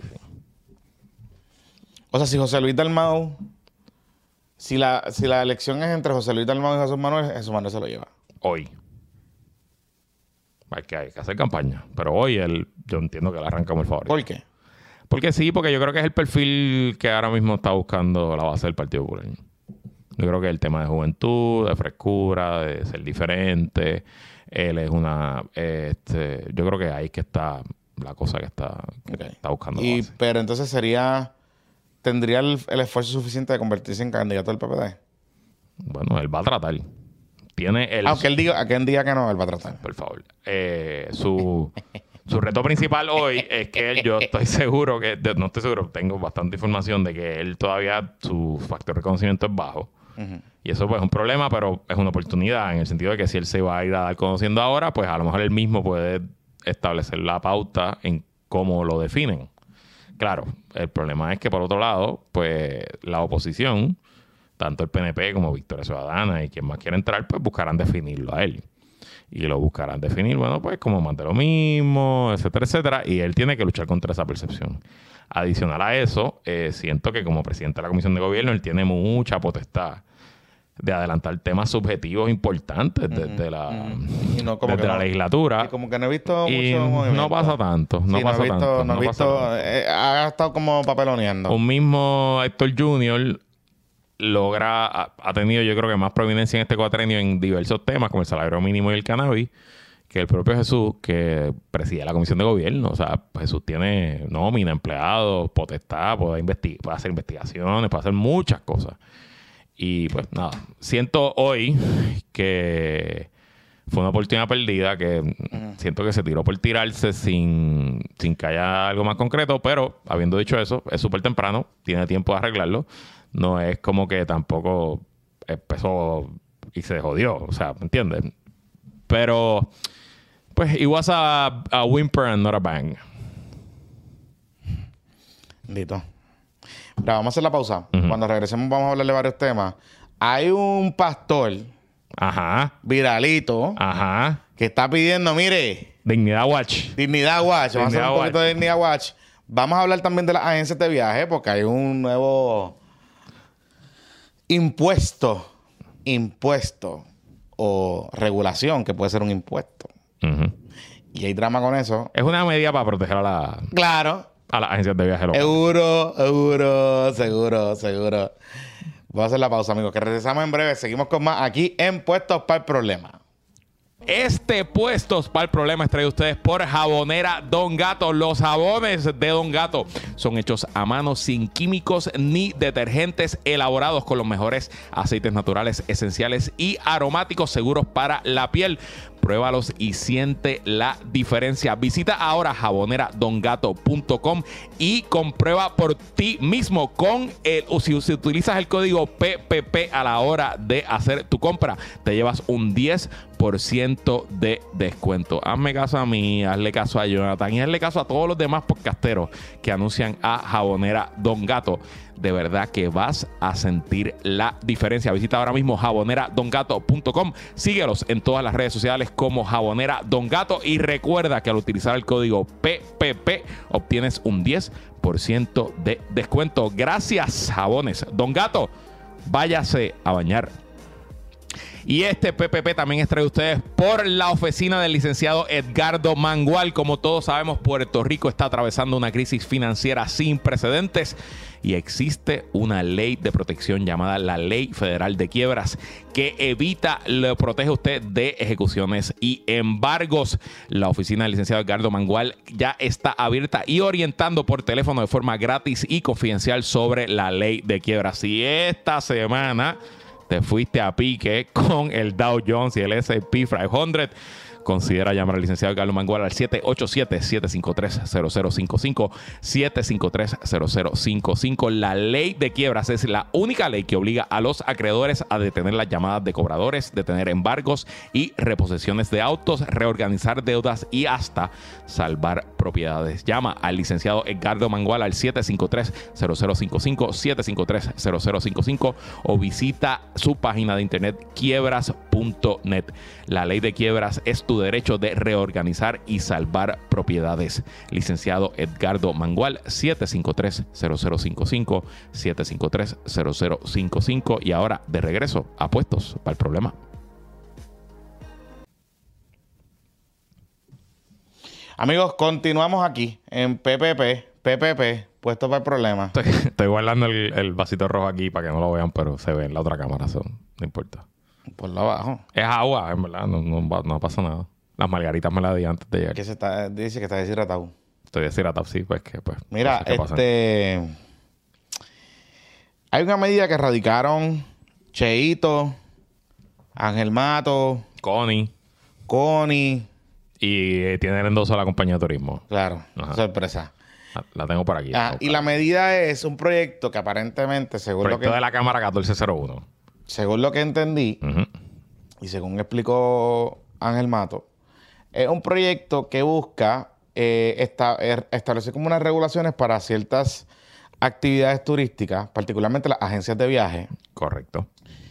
[SPEAKER 2] O sea, si José Luis Dalmau... Si la elección es entre José Luis Dalmau y Jesús Manuel se lo lleva.
[SPEAKER 1] Hoy. Hay que hacer campaña. Pero hoy yo entiendo que él arranca como el favorito.
[SPEAKER 2] ¿Por qué?
[SPEAKER 1] Porque sí, porque yo creo que es el perfil que ahora mismo está buscando la base del Partido Popular. Yo creo que el tema de juventud, de frescura, de ser diferente. Él es una... yo creo que ahí que está la cosa que está buscando la base.
[SPEAKER 2] Pero entonces ¿tendría el esfuerzo suficiente de convertirse en candidato del PPD?
[SPEAKER 1] Bueno, él va a tratar. Tiene el...
[SPEAKER 2] Aunque él diga que no, él va a tratar.
[SPEAKER 1] Por favor. Su reto principal hoy es que yo estoy seguro que... No estoy seguro, tengo bastante información de que él todavía... Su factor de reconocimiento es bajo. Y eso pues es un problema, pero es una oportunidad en el sentido de que si él se va a ir a dar conociendo ahora, pues a lo mejor él mismo puede establecer la pauta en cómo lo definen. Claro, el problema es que por otro lado, pues la oposición tanto el PNP como Victoria Ciudadana y quien más quiera entrar, pues buscarán definirlo a él. Y lo buscarán definir, bueno, pues como más de lo mismo, etcétera, etcétera. Y él tiene que luchar contra esa percepción. Adicional a eso, siento que como presidente de la Comisión de Gobierno, él tiene mucha potestad de adelantar temas subjetivos importantes desde la,
[SPEAKER 2] y no, como
[SPEAKER 1] desde
[SPEAKER 2] que
[SPEAKER 1] la
[SPEAKER 2] no,
[SPEAKER 1] legislatura.
[SPEAKER 2] Y como que no he visto
[SPEAKER 1] Y
[SPEAKER 2] mucho movimiento.
[SPEAKER 1] no pasa tanto. No
[SPEAKER 2] Sí,
[SPEAKER 1] pasa
[SPEAKER 2] he visto,
[SPEAKER 1] tanto.
[SPEAKER 2] no he
[SPEAKER 1] pasa
[SPEAKER 2] visto,
[SPEAKER 1] tanto.
[SPEAKER 2] ha estado como papeloneando.
[SPEAKER 1] Un mismo Héctor Jr. ha tenido, yo creo que más prominencia en este cuatrenio en diversos temas, como el salario mínimo y el cannabis, que el propio Jesús, que preside la Comisión de Gobierno. O sea, Jesús tiene nómina, empleados, potestad, puede hacer investigaciones, puede hacer muchas cosas. Y pues nada, siento hoy que fue una oportunidad perdida, que siento que se tiró por tirarse sin que haya algo más concreto, pero habiendo dicho eso, es súper temprano, tiene tiempo de arreglarlo. No es como que tampoco empezó y se jodió, o sea, ¿me entiendes? Pero, pues, it was a whimper and not a bang.
[SPEAKER 2] Listo. Mira, vamos a hacer la pausa. Cuando regresemos vamos a hablar de varios temas. Hay un pastor
[SPEAKER 1] Ajá.
[SPEAKER 2] viralito
[SPEAKER 1] Ajá.
[SPEAKER 2] que está pidiendo, mire,
[SPEAKER 1] Dignidad Watch.
[SPEAKER 2] Dignidad Watch. Vamos a hacer un poquito de Dignidad Watch. Vamos a hablar también de las agencias de viaje porque hay un nuevo impuesto o regulación que puede ser un impuesto.
[SPEAKER 1] Ujú.
[SPEAKER 2] Y hay drama con eso.
[SPEAKER 1] Es una medida para proteger a
[SPEAKER 2] Claro.
[SPEAKER 1] las agencias de viaje locales.
[SPEAKER 2] Seguro. Voy a hacer la pausa, amigos, que regresamos en breve. Seguimos con más aquí en Puestos para el Problema.
[SPEAKER 1] Este Puestos para el Problema es traído a ustedes por Jabonera Don Gato. Los jabones de Don Gato son hechos a mano, sin químicos ni detergentes, elaborados con los mejores aceites naturales, esenciales y aromáticos, seguros para la piel. Pruébalos y siente la diferencia. Visita ahora jaboneradongato.com y comprueba por ti mismo si utilizas el código PPP a la hora de hacer tu compra, te llevas un 10% de descuento. Hazme caso a mí, hazle caso a Jonathan y hazle caso a todos los demás podcasteros que anuncian a Jabonera Don Gato. De verdad que vas a sentir la diferencia. Visita ahora mismo jaboneradongato.com. Síguelos en todas las redes sociales como Jabonera Don Gato. Y recuerda que al utilizar el código PPP obtienes un 10% de descuento. Gracias, Jabones Don Gato. Váyase a bañar. Y este PPP también es traído a ustedes por la oficina del licenciado Edgardo Mangual. Como todos sabemos, Puerto Rico está atravesando una crisis financiera sin precedentes y existe una ley de protección llamada la Ley Federal de Quiebras que le protege a usted de ejecuciones y embargos. La oficina del licenciado Edgardo Mangual ya está abierta y orientando por teléfono de forma gratis y confidencial sobre la Ley de Quiebras. Si esta semana te fuiste a pique con el Dow Jones y el S&P 500, considera llamar al licenciado Edgardo Mangual al 787-753-0055. 753-0055. La ley de quiebras es la única ley que obliga a los acreedores a detener las llamadas de cobradores, detener embargos y reposesiones de autos, reorganizar deudas y hasta salvar propiedades. Llama al licenciado Edgardo Mangual al 753-0055, 753-0055 o visita su página de internet quiebras.net. La ley de quiebras es tu derecho de reorganizar y salvar propiedades. Licenciado Edgardo Mangual, 753-0055, 753-0055. Y ahora, de regreso a Puestos para el Problema.
[SPEAKER 2] Amigos, continuamos aquí en PPP, Puestos para el Problema.
[SPEAKER 1] Estoy guardando el vasito rojo aquí para que no lo vean, pero se ve en la otra cámara, no importa.
[SPEAKER 2] Por lo abajo.
[SPEAKER 1] Es agua, en verdad, no pasa nada. Las margaritas me las di antes de llegar.
[SPEAKER 2] Que dice que está deshidratado.
[SPEAKER 1] Estoy deshidratado, sí, pues que pues.
[SPEAKER 2] Mira,
[SPEAKER 1] cosas que pasan.
[SPEAKER 2] Hay una medida que radicaron Cheito, Ángel Mato,
[SPEAKER 1] Connie. Y tiene el endoso de la compañía de turismo.
[SPEAKER 2] Claro,
[SPEAKER 1] Ajá.
[SPEAKER 2] Sorpresa.
[SPEAKER 1] La tengo por aquí.
[SPEAKER 2] Y la medida es un proyecto que aparentemente,
[SPEAKER 1] proyecto de la Cámara 1401.
[SPEAKER 2] Según lo que entendí, y según explicó Ángel Mato, es un proyecto que busca establecer como unas regulaciones para ciertas actividades turísticas, particularmente las agencias de viaje.
[SPEAKER 1] Correcto.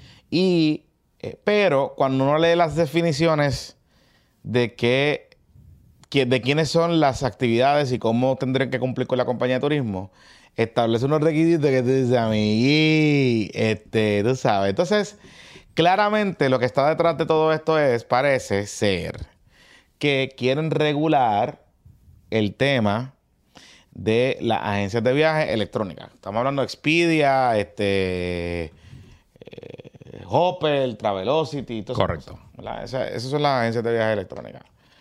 [SPEAKER 2] Pero cuando uno lee las definiciones de de quiénes son las actividades y cómo tendrían que cumplir con la compañía de turismo, establece unos requisitos que tú dices, amigui, tú sabes. Entonces, claramente lo que está detrás de todo esto parece ser que quieren regular el tema de las agencias de viaje electrónicas. Estamos hablando de Expedia, Hopper, Travelocity, todo
[SPEAKER 1] Correcto.
[SPEAKER 2] eso. Esas son las agencias de viaje electrónicas.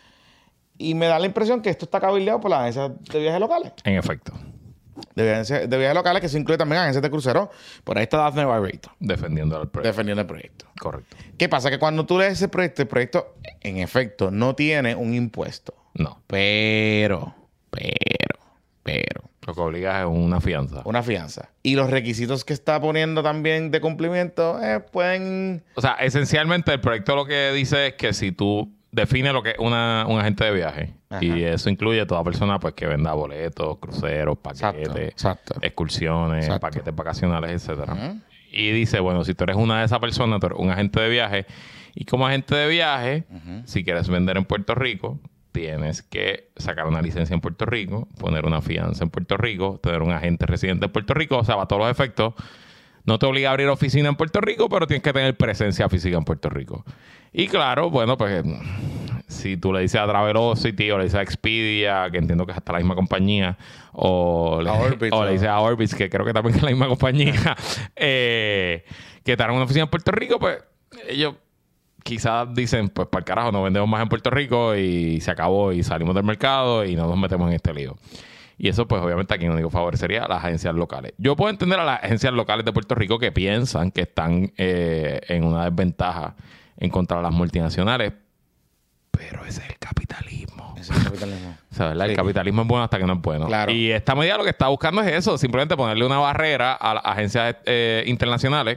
[SPEAKER 2] Y me da la impresión que esto está cabildeado por las agencias de viajes locales.
[SPEAKER 1] En efecto.
[SPEAKER 2] De viajes locales, que se incluye también agencias de cruceros. Por ahí está Daphne Barreto.
[SPEAKER 1] Defendiendo el proyecto.
[SPEAKER 2] Defendiendo el proyecto.
[SPEAKER 1] Correcto.
[SPEAKER 2] ¿Qué pasa? Que cuando tú lees ese proyecto, el proyecto, en efecto, no tiene un impuesto.
[SPEAKER 1] No.
[SPEAKER 2] Pero.
[SPEAKER 1] Lo que obliga es una fianza.
[SPEAKER 2] Una fianza. Y los requisitos que está poniendo también de cumplimiento pueden...
[SPEAKER 1] O sea, esencialmente el proyecto lo que dice es que si tú defines lo que es un agente de viaje,
[SPEAKER 2] Ajá.
[SPEAKER 1] y eso incluye toda persona pues que venda boletos, cruceros, paquetes,
[SPEAKER 2] Exacto.
[SPEAKER 1] excursiones,
[SPEAKER 2] Exacto.
[SPEAKER 1] paquetes vacacionales, etcétera. Y dice, bueno, si tú eres una de esas personas, tú eres un agente de viaje, y como agente de viaje, si quieres vender en Puerto Rico, tienes que sacar una licencia en Puerto Rico, poner una fianza en Puerto Rico, tener un agente residente en Puerto Rico, o sea, a todos los efectos. No te obliga a abrir oficina en Puerto Rico, pero tienes que tener presencia física en Puerto Rico. Y claro, bueno, pues si tú le dices a Travelocity o le dices a Expedia, que entiendo que es hasta la misma compañía, o le dices a Orbitz, que creo que también es la misma compañía, que te harán una oficina en Puerto Rico, pues ellos quizás dicen, pues para el carajo, no vendemos más en Puerto Rico y se acabó y salimos del mercado y no nos metemos en este lío. Y eso, pues, obviamente, aquí no digo favorecería a las agencias locales. Yo puedo entender a las agencias locales de Puerto Rico que piensan que están en una desventaja en contra de las multinacionales, pero ese es el capitalismo.
[SPEAKER 2] Ese es el capitalismo.
[SPEAKER 1] O sea, ¿verdad?
[SPEAKER 2] Sí.
[SPEAKER 1] El capitalismo es bueno hasta que no es bueno.
[SPEAKER 2] Claro.
[SPEAKER 1] Y esta medida lo que está buscando es eso, simplemente ponerle una barrera a las agencias internacionales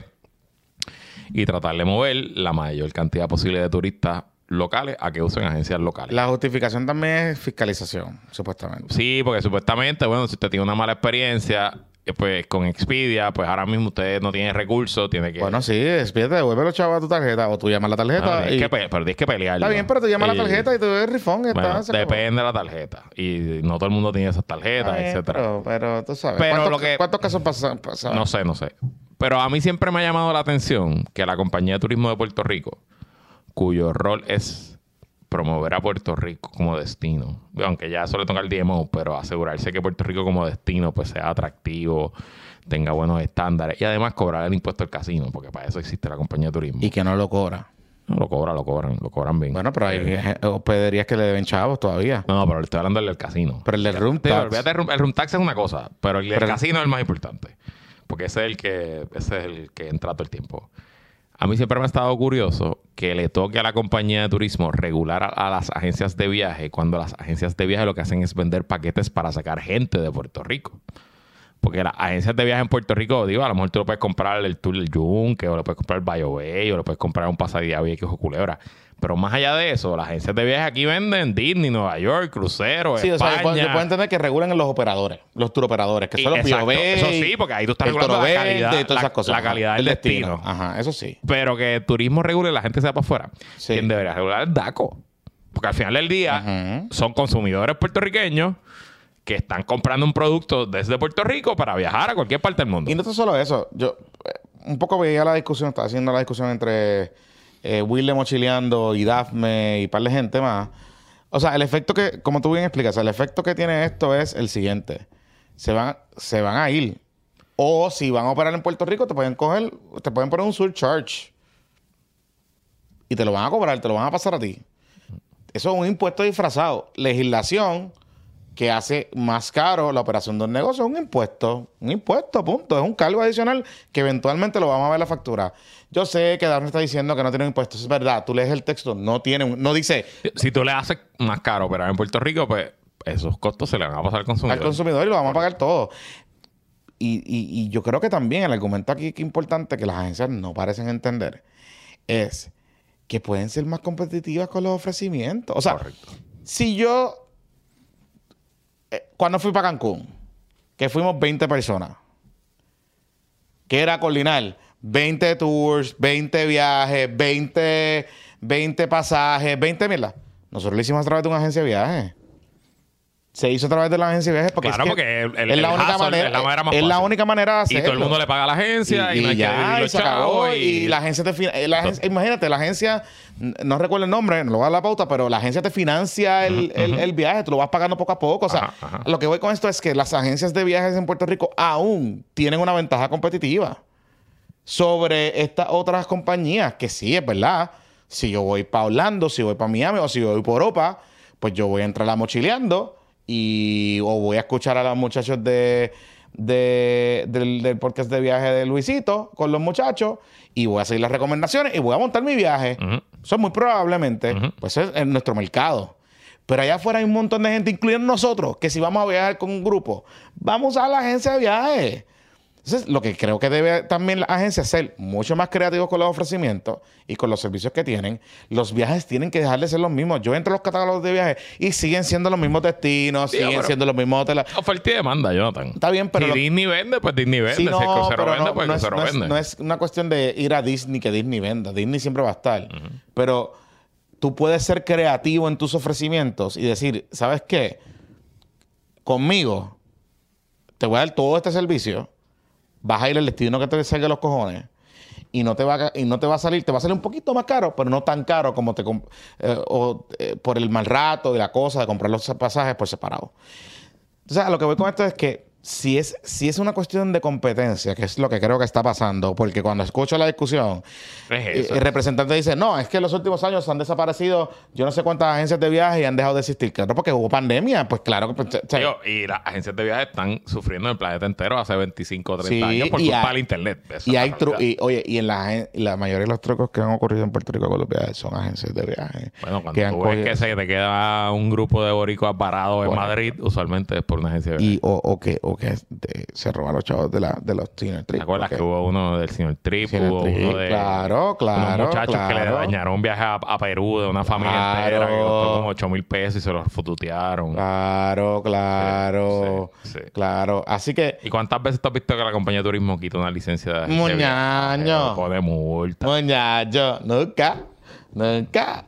[SPEAKER 1] y tratar de mover la mayor cantidad posible de turistas locales a que usen agencias locales.
[SPEAKER 2] La justificación también es fiscalización, supuestamente.
[SPEAKER 1] Sí, porque supuestamente, bueno, si usted tiene una mala experiencia, pues con Expedia, pues ahora mismo usted no tiene recursos, tiene que...
[SPEAKER 2] Bueno, sí, despídete, devuelve los chavos a tu tarjeta o tú llamas la tarjeta.
[SPEAKER 1] Bueno, pero tienes que pelear.
[SPEAKER 2] Está bien, pero te llamas la tarjeta y te doy el rifón. Y
[SPEAKER 1] Bueno,
[SPEAKER 2] se acabó.
[SPEAKER 1] depende de la tarjeta. Y no todo el mundo tiene esas tarjetas,
[SPEAKER 2] Está bien,
[SPEAKER 1] etcétera.
[SPEAKER 2] pero tú sabes.
[SPEAKER 1] Pero
[SPEAKER 2] ¿Cuántos casos pasan?
[SPEAKER 1] No sé. Pero a mí siempre me ha llamado la atención que la compañía de turismo de Puerto Rico, cuyo rol es promover a Puerto Rico como destino, aunque ya eso le toca al DMO, pero asegurarse que Puerto Rico como destino pues sea atractivo, tenga buenos estándares y además cobrar el impuesto al casino, porque para eso existe la compañía de turismo.
[SPEAKER 2] Y que no lo cobra.
[SPEAKER 1] No, lo cobran bien.
[SPEAKER 2] Bueno, pero hay hospederías que le deben chavos todavía.
[SPEAKER 1] No, pero le estoy hablando del casino.
[SPEAKER 2] Pero el del room
[SPEAKER 1] Digo,
[SPEAKER 2] tax.
[SPEAKER 1] olvídate, el room tax es una cosa, pero el casino es el más importante. Porque ese es el que entra todo el tiempo. A mí siempre me ha estado curioso que le toque a la compañía de turismo regular a las agencias de viaje cuando las agencias de viaje lo que hacen es vender paquetes para sacar gente de Puerto Rico. Porque las agencias de viaje en Puerto Rico, digo, a lo mejor tú lo puedes comprar el Tour del Yunque, o lo puedes comprar el Bayo Bay, o lo puedes comprar un pasadía Vieques o Culebra. Pero más allá de eso, las agencias de viaje aquí venden Disney, Nueva York, cruceros,
[SPEAKER 2] Sí,
[SPEAKER 1] España.
[SPEAKER 2] o sea, yo puedo entender que regulen los operadores, los turoperadores, que son los
[SPEAKER 1] Exacto.
[SPEAKER 2] BioBay,
[SPEAKER 1] Eso sí, porque ahí tú estás
[SPEAKER 2] el
[SPEAKER 1] regulando la
[SPEAKER 2] Toro
[SPEAKER 1] calidad,
[SPEAKER 2] Verde y todas esas cosas.
[SPEAKER 1] la calidad del destino.
[SPEAKER 2] Ajá, eso sí.
[SPEAKER 1] Pero que turismo regule y la gente se va para afuera.
[SPEAKER 2] Sí.
[SPEAKER 1] Quien debería regular es DACO. Porque al final del día son consumidores puertorriqueños que están comprando un producto desde Puerto Rico para viajar a cualquier parte del mundo.
[SPEAKER 2] Y no es solo eso. Yo un poco veía la discusión, estaba haciendo la discusión entre Will de Mochileando y Dafne y un par de gente más. O sea, el efecto que, como tú bien explicas, el efecto que tiene esto es el siguiente. Se van a ir. O si van a operar en Puerto Rico, te pueden poner un surcharge. Y te lo van a cobrar, te lo van a pasar a ti. Eso es un impuesto disfrazado. Legislación que hace más caro la operación de un negocio. Es un impuesto, punto. Es un cargo adicional que eventualmente lo vamos a ver en la factura. Yo sé que Daphne está diciendo que no tiene impuestos. Es verdad, tú lees el texto, no dice
[SPEAKER 1] Si tú le haces más caro operar en Puerto Rico, pues esos costos se le van a pasar al consumidor.
[SPEAKER 2] al consumidor y lo vamos a pagar todo. Y yo creo que también el argumento aquí que es importante que las agencias no parecen entender es que pueden ser más competitivas con los ofrecimientos. O sea,
[SPEAKER 1] Correcto.
[SPEAKER 2] si yo... cuando fui para Cancún, que fuimos 20 personas. ¿Qué era coordinar? 20 tours, 20 viajes, 20 pasajes, 20 mierda. Nosotros lo hicimos a través de una agencia de viajes. Se hizo a través de la agencia de viajes porque
[SPEAKER 1] Claro,
[SPEAKER 2] es
[SPEAKER 1] porque
[SPEAKER 2] es la única manera, es la única manera de hacerlo.
[SPEAKER 1] Y todo el mundo le paga a la agencia y no hay que dividir los
[SPEAKER 2] se acabó.
[SPEAKER 1] chavos.
[SPEAKER 2] Y la agencia imagínate, la agencia, no recuerdo el nombre, no lo voy a dar la pauta, pero la agencia te financia el viaje, tú lo vas pagando poco a poco. O sea, lo que voy con esto es que las agencias de viajes en Puerto Rico aún tienen una ventaja competitiva sobre estas otras compañías, que sí, es verdad. Si yo voy para Orlando, si voy para Miami o si voy por Europa, pues yo voy a entrar a mochileando o voy a escuchar a los muchachos del podcast de viaje de Luisito con los muchachos y voy a seguir las recomendaciones y voy a montar mi viaje. Eso es muy probablemente, pues es en nuestro mercado. Pero allá afuera hay un montón de gente, incluyendo nosotros, que si vamos a viajar con un grupo, vamos a la agencia de viaje. Entonces, lo que creo que debe también la agencia ser mucho más creativos con los ofrecimientos y con los servicios que tienen. Los viajes tienen que dejar de ser los mismos. Yo entro a los catálogos de viajes y siguen siendo los mismos destinos, siguen siendo los mismos hoteles.
[SPEAKER 1] Oferta y demanda, Jonathan.
[SPEAKER 2] Está bien, pero...
[SPEAKER 1] Si Disney vende, pues Disney vende.
[SPEAKER 2] Sí, no,
[SPEAKER 1] si el crucero
[SPEAKER 2] pero
[SPEAKER 1] vende, pues el crucero vende.
[SPEAKER 2] No es una cuestión de ir a Disney que Disney venda. Disney siempre va a estar. Pero tú puedes ser creativo en tus ofrecimientos y decir, ¿sabes qué? Conmigo te voy a dar todo este servicio. Vas a ir al destino que te salga de los cojones y no te va a salir, te va a salir un poquito más caro, pero no tan caro como por el mal rato y la cosa de comprar los pasajes por separado. Entonces, a lo que voy con esto es que si es una cuestión de competencia, que es lo que creo que está pasando, porque cuando escucho la discusión, el representante dice, no, es que en los últimos años han desaparecido yo no sé cuántas agencias de viaje y han dejado de existir. Claro, porque hubo pandemia, pues claro.
[SPEAKER 1] Y las agencias de viaje están sufriendo en el planeta entero hace 25 o 30 años por culpa del internet.
[SPEAKER 2] Y la mayoría de los trucos que han ocurrido en Puerto Rico con los viajes son agencias de viaje.
[SPEAKER 1] Bueno, cuando tú ves que se te queda un grupo de boricuas parados en Madrid, usualmente es por una agencia de viaje.
[SPEAKER 2] O que se roban los chavos de los Senior Trip.
[SPEAKER 1] ¿Te acuerdas que hubo uno del Senior Trip? Hubo uno de
[SPEAKER 2] unos
[SPEAKER 1] muchachos que le dañaron un viaje a Perú de una familia entera que costó como 8,000 pesos y se los fututearon.
[SPEAKER 2] Claro. Así que...
[SPEAKER 1] ¿Y cuántas veces tú has visto que la compañía de turismo quita una licencia de agencia
[SPEAKER 2] de viaje?
[SPEAKER 1] Pone multa.
[SPEAKER 2] Muñaño. Nunca.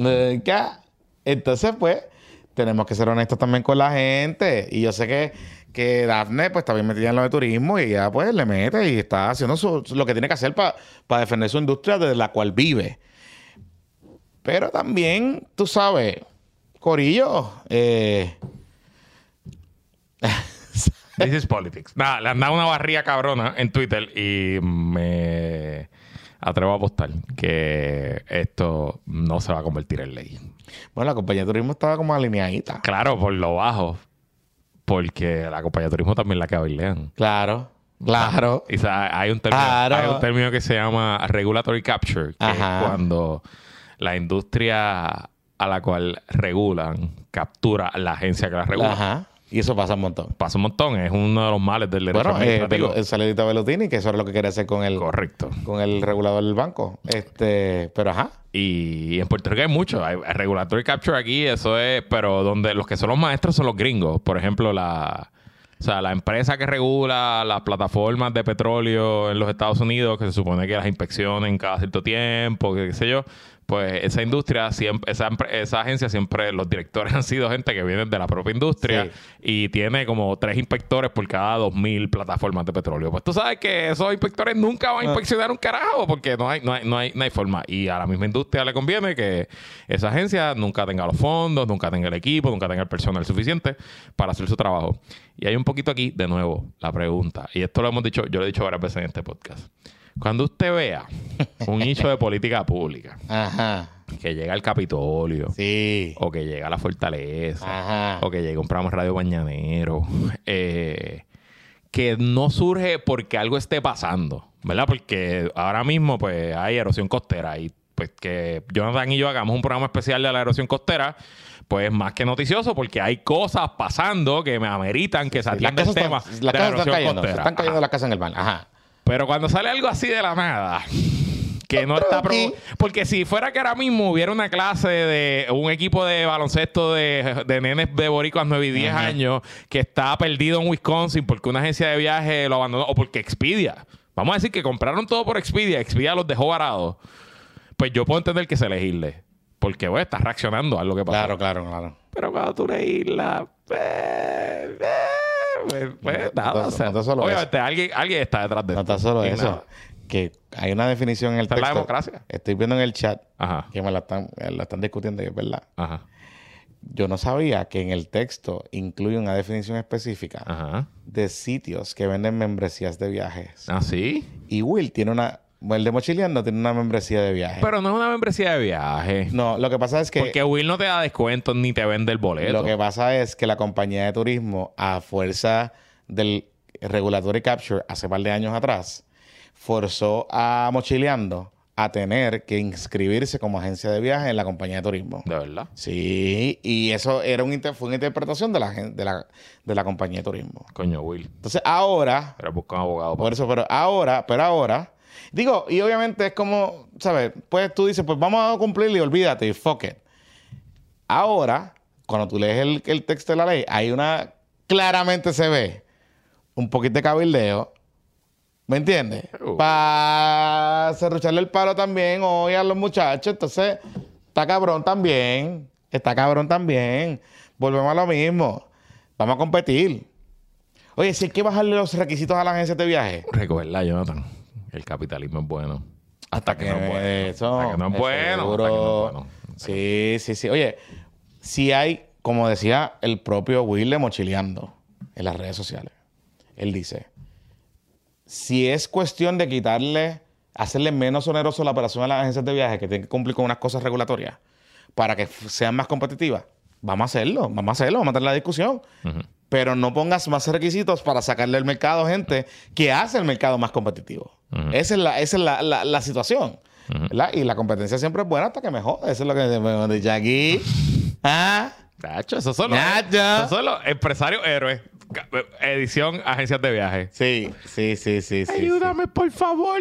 [SPEAKER 2] Entonces, pues, tenemos que ser honestos también con la gente. Y yo sé que Dafne pues está bien metida en lo de turismo y ella pues le mete y está haciendo lo que tiene que hacer para defender su industria de la cual vive. Pero también, tú sabes, corillo,
[SPEAKER 1] This is politics. Nada, le han dado una barriga cabrona en Twitter y me atrevo a apostar que esto no se va a convertir en ley.
[SPEAKER 2] Bueno, la compañía de turismo estaba como alineadita.
[SPEAKER 1] Claro, por lo bajo. Porque la compañía de turismo también la que bailean.
[SPEAKER 2] Claro.
[SPEAKER 1] Y hay un término que se llama regulatory capture, que es cuando la industria a la cual regulan captura a la agencia que la regula.
[SPEAKER 2] Y eso pasa un montón.
[SPEAKER 1] Pasa un montón. Es uno de los males del derecho administrativo.
[SPEAKER 2] El Saludito Bellutini, que eso era lo que quería hacer con el...
[SPEAKER 1] Correcto.
[SPEAKER 2] Con el regulador del banco. Pero
[SPEAKER 1] Y en Puerto Rico hay mucho. Hay regulatory capture aquí, eso es... Pero donde los que son los maestros son los gringos. Por ejemplo, la empresa que regula las plataformas de petróleo en los Estados Unidos, que se supone que las inspeccionen cada cierto tiempo, qué sé yo... Pues esa industria, siempre, esa agencia siempre, los directores han sido gente que vienen de la propia industria y tiene como 3 inspectores por cada 2,000 plataformas de petróleo. Pues tú sabes que esos inspectores nunca van a inspeccionar un carajo porque no hay forma. Y a la misma industria le conviene que esa agencia nunca tenga los fondos, nunca tenga el equipo, nunca tenga el personal suficiente para hacer su trabajo. Y hay un poquito aquí, de nuevo, la pregunta. Y esto lo hemos dicho, yo lo he dicho varias veces en este podcast. Cuando usted vea un nicho de política pública que llega al Capitolio o que llega a la Fortaleza o que llega a un programa radio mañanero que no surge porque algo esté pasando, ¿verdad? Porque ahora mismo pues hay erosión costera y pues que Jonathan y yo hagamos un programa especial de la erosión costera pues más que noticioso porque hay cosas pasando que me ameritan que se atienda el tema de la erosión costera.
[SPEAKER 2] Se están cayendo las casas en el mar.
[SPEAKER 1] Pero cuando sale algo así de la nada, Que no está porque si fuera que ahora mismo hubiera una clase de un equipo de baloncesto de nenes de boricuas 9 y 10 años que está perdido en Wisconsin porque una agencia de viaje lo abandonó o porque Expedia. Vamos a decir que compraron todo por Expedia. Expedia los dejó varados. Pues yo puedo entender que se elegirle. Porque, güey, estás reaccionando a lo que pasa.
[SPEAKER 2] Claro.
[SPEAKER 1] Pero cuando tú leísla... nada. O sea, obviamente alguien está detrás de esto.
[SPEAKER 2] No está solo
[SPEAKER 1] Y
[SPEAKER 2] eso.
[SPEAKER 1] nada.
[SPEAKER 2] Que hay una definición en el
[SPEAKER 1] Esta es
[SPEAKER 2] texto.
[SPEAKER 1] la democracia.
[SPEAKER 2] Estoy viendo en el chat
[SPEAKER 1] Ajá.
[SPEAKER 2] que me la están discutiendo y es verdad.
[SPEAKER 1] Ajá.
[SPEAKER 2] Yo no sabía que en el texto incluye una definición específica
[SPEAKER 1] Ajá.
[SPEAKER 2] de sitios que venden membresías de viajes.
[SPEAKER 1] ¿Ah, sí?
[SPEAKER 2] Y Will tiene el de Mochileando tiene una membresía de viaje.
[SPEAKER 1] Pero no es una membresía de viaje.
[SPEAKER 2] No, lo que pasa es que...
[SPEAKER 1] Porque Will no te da descuentos ni te vende el boleto.
[SPEAKER 2] Lo que pasa es que la compañía de turismo, a fuerza del Regulatory Capture hace un par de años atrás, forzó a Mochileando a tener que inscribirse como agencia de viaje en la compañía de turismo.
[SPEAKER 1] ¿De verdad?
[SPEAKER 2] Sí, y eso era fue una interpretación de la compañía de turismo.
[SPEAKER 1] Coño, Will.
[SPEAKER 2] Entonces ahora,
[SPEAKER 1] Pero busca un abogado.
[SPEAKER 2] por eso, pero ahora, digo, y obviamente es como, ¿sabes? Pues tú dices, pues vamos a cumplir y olvídate, y fuck it. Ahora, cuando tú lees el texto de la ley, claramente se ve un poquito de cabildeo. ¿Me entiendes? Para cerrucharle el palo también hoy a los muchachos. Entonces, está cabrón también. Volvemos a lo mismo. Vamos a competir. Oye, si hay que bajarle los requisitos a las agencias de viaje.
[SPEAKER 1] Recuerda, Jonathan, el capitalismo es bueno. Hasta que no es bueno.
[SPEAKER 2] Eso,
[SPEAKER 1] Hasta que no es bueno.
[SPEAKER 2] seguro.
[SPEAKER 1] Hasta que no es bueno.
[SPEAKER 2] Sí. Oye, si hay, como decía el propio Will de Mochileando en las redes sociales, él dice, si es cuestión de hacerle menos oneroso la operación a las agencias de viaje que tienen que cumplir con unas cosas regulatorias para que sean más competitivas, vamos a hacerlo, vamos a tener la discusión.
[SPEAKER 1] Uh-huh.
[SPEAKER 2] Pero no pongas más requisitos para sacarle al mercado gente que hace el mercado más competitivo.
[SPEAKER 1] Uh-huh.
[SPEAKER 2] Esa es la situación.
[SPEAKER 1] Uh-huh.
[SPEAKER 2] ¿Verdad? Y la competencia siempre es buena hasta que me jode. Eso es lo que me dice aquí. ¿Ah?
[SPEAKER 1] Nacho, esos son
[SPEAKER 2] Nacho.
[SPEAKER 1] los empresarios héroes. Edición agencias de viaje.
[SPEAKER 2] Sí.
[SPEAKER 1] Ayúdame, por favor.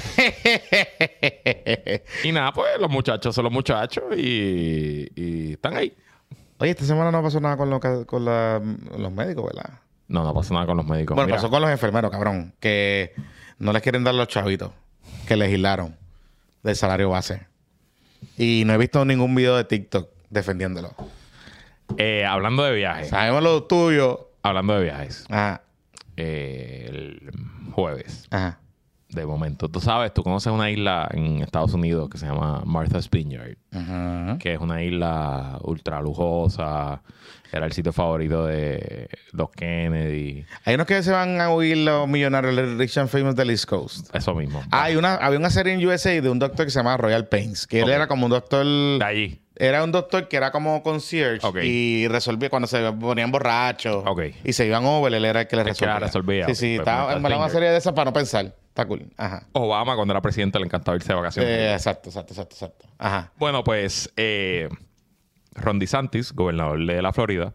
[SPEAKER 1] Y nada, pues los muchachos son los muchachos y están ahí.
[SPEAKER 2] Oye, esta semana no pasó nada con los médicos, ¿verdad?
[SPEAKER 1] No pasó nada con los médicos.
[SPEAKER 2] Bueno,
[SPEAKER 1] Mira,
[SPEAKER 2] pasó con los enfermeros, cabrón. Que no les quieren dar los chavitos que legislaron del salario base. Y no he visto ningún video de TikTok defendiéndolo.
[SPEAKER 1] hablando de viajes.
[SPEAKER 2] Sabemos lo tuyo.
[SPEAKER 1] Hablando de viajes.
[SPEAKER 2] Ajá.
[SPEAKER 1] El jueves.
[SPEAKER 2] Ajá.
[SPEAKER 1] De momento. Tú conoces una isla en Estados Unidos que se llama Martha's Vineyard.
[SPEAKER 2] Ajá.
[SPEAKER 1] Que es una isla ultra lujosa. Era el sitio favorito de los Kennedy.
[SPEAKER 2] Hay unos que se van a huir los millonarios, los rich and famous del East Coast.
[SPEAKER 1] Eso mismo.
[SPEAKER 2] Había una serie en USA de un doctor que se llamaba Royal Pains. Que él era como un doctor...
[SPEAKER 1] De allí.
[SPEAKER 2] Era un doctor que era como concierge.
[SPEAKER 1] Ok.
[SPEAKER 2] Y resolvía cuando se ponían borrachos.
[SPEAKER 1] Ok.
[SPEAKER 2] Y se iban over, él era el que les
[SPEAKER 1] El que
[SPEAKER 2] resolvía.
[SPEAKER 1] resolvía.
[SPEAKER 2] Sí, sí.
[SPEAKER 1] Pues,
[SPEAKER 2] Estaba en una serie de esas para no pensar. Está cool. Ajá.
[SPEAKER 1] Obama, cuando era presidente, le encantaba irse de vacaciones.
[SPEAKER 2] Exacto. Ajá.
[SPEAKER 1] Bueno, pues Ron DeSantis, gobernador de la Florida,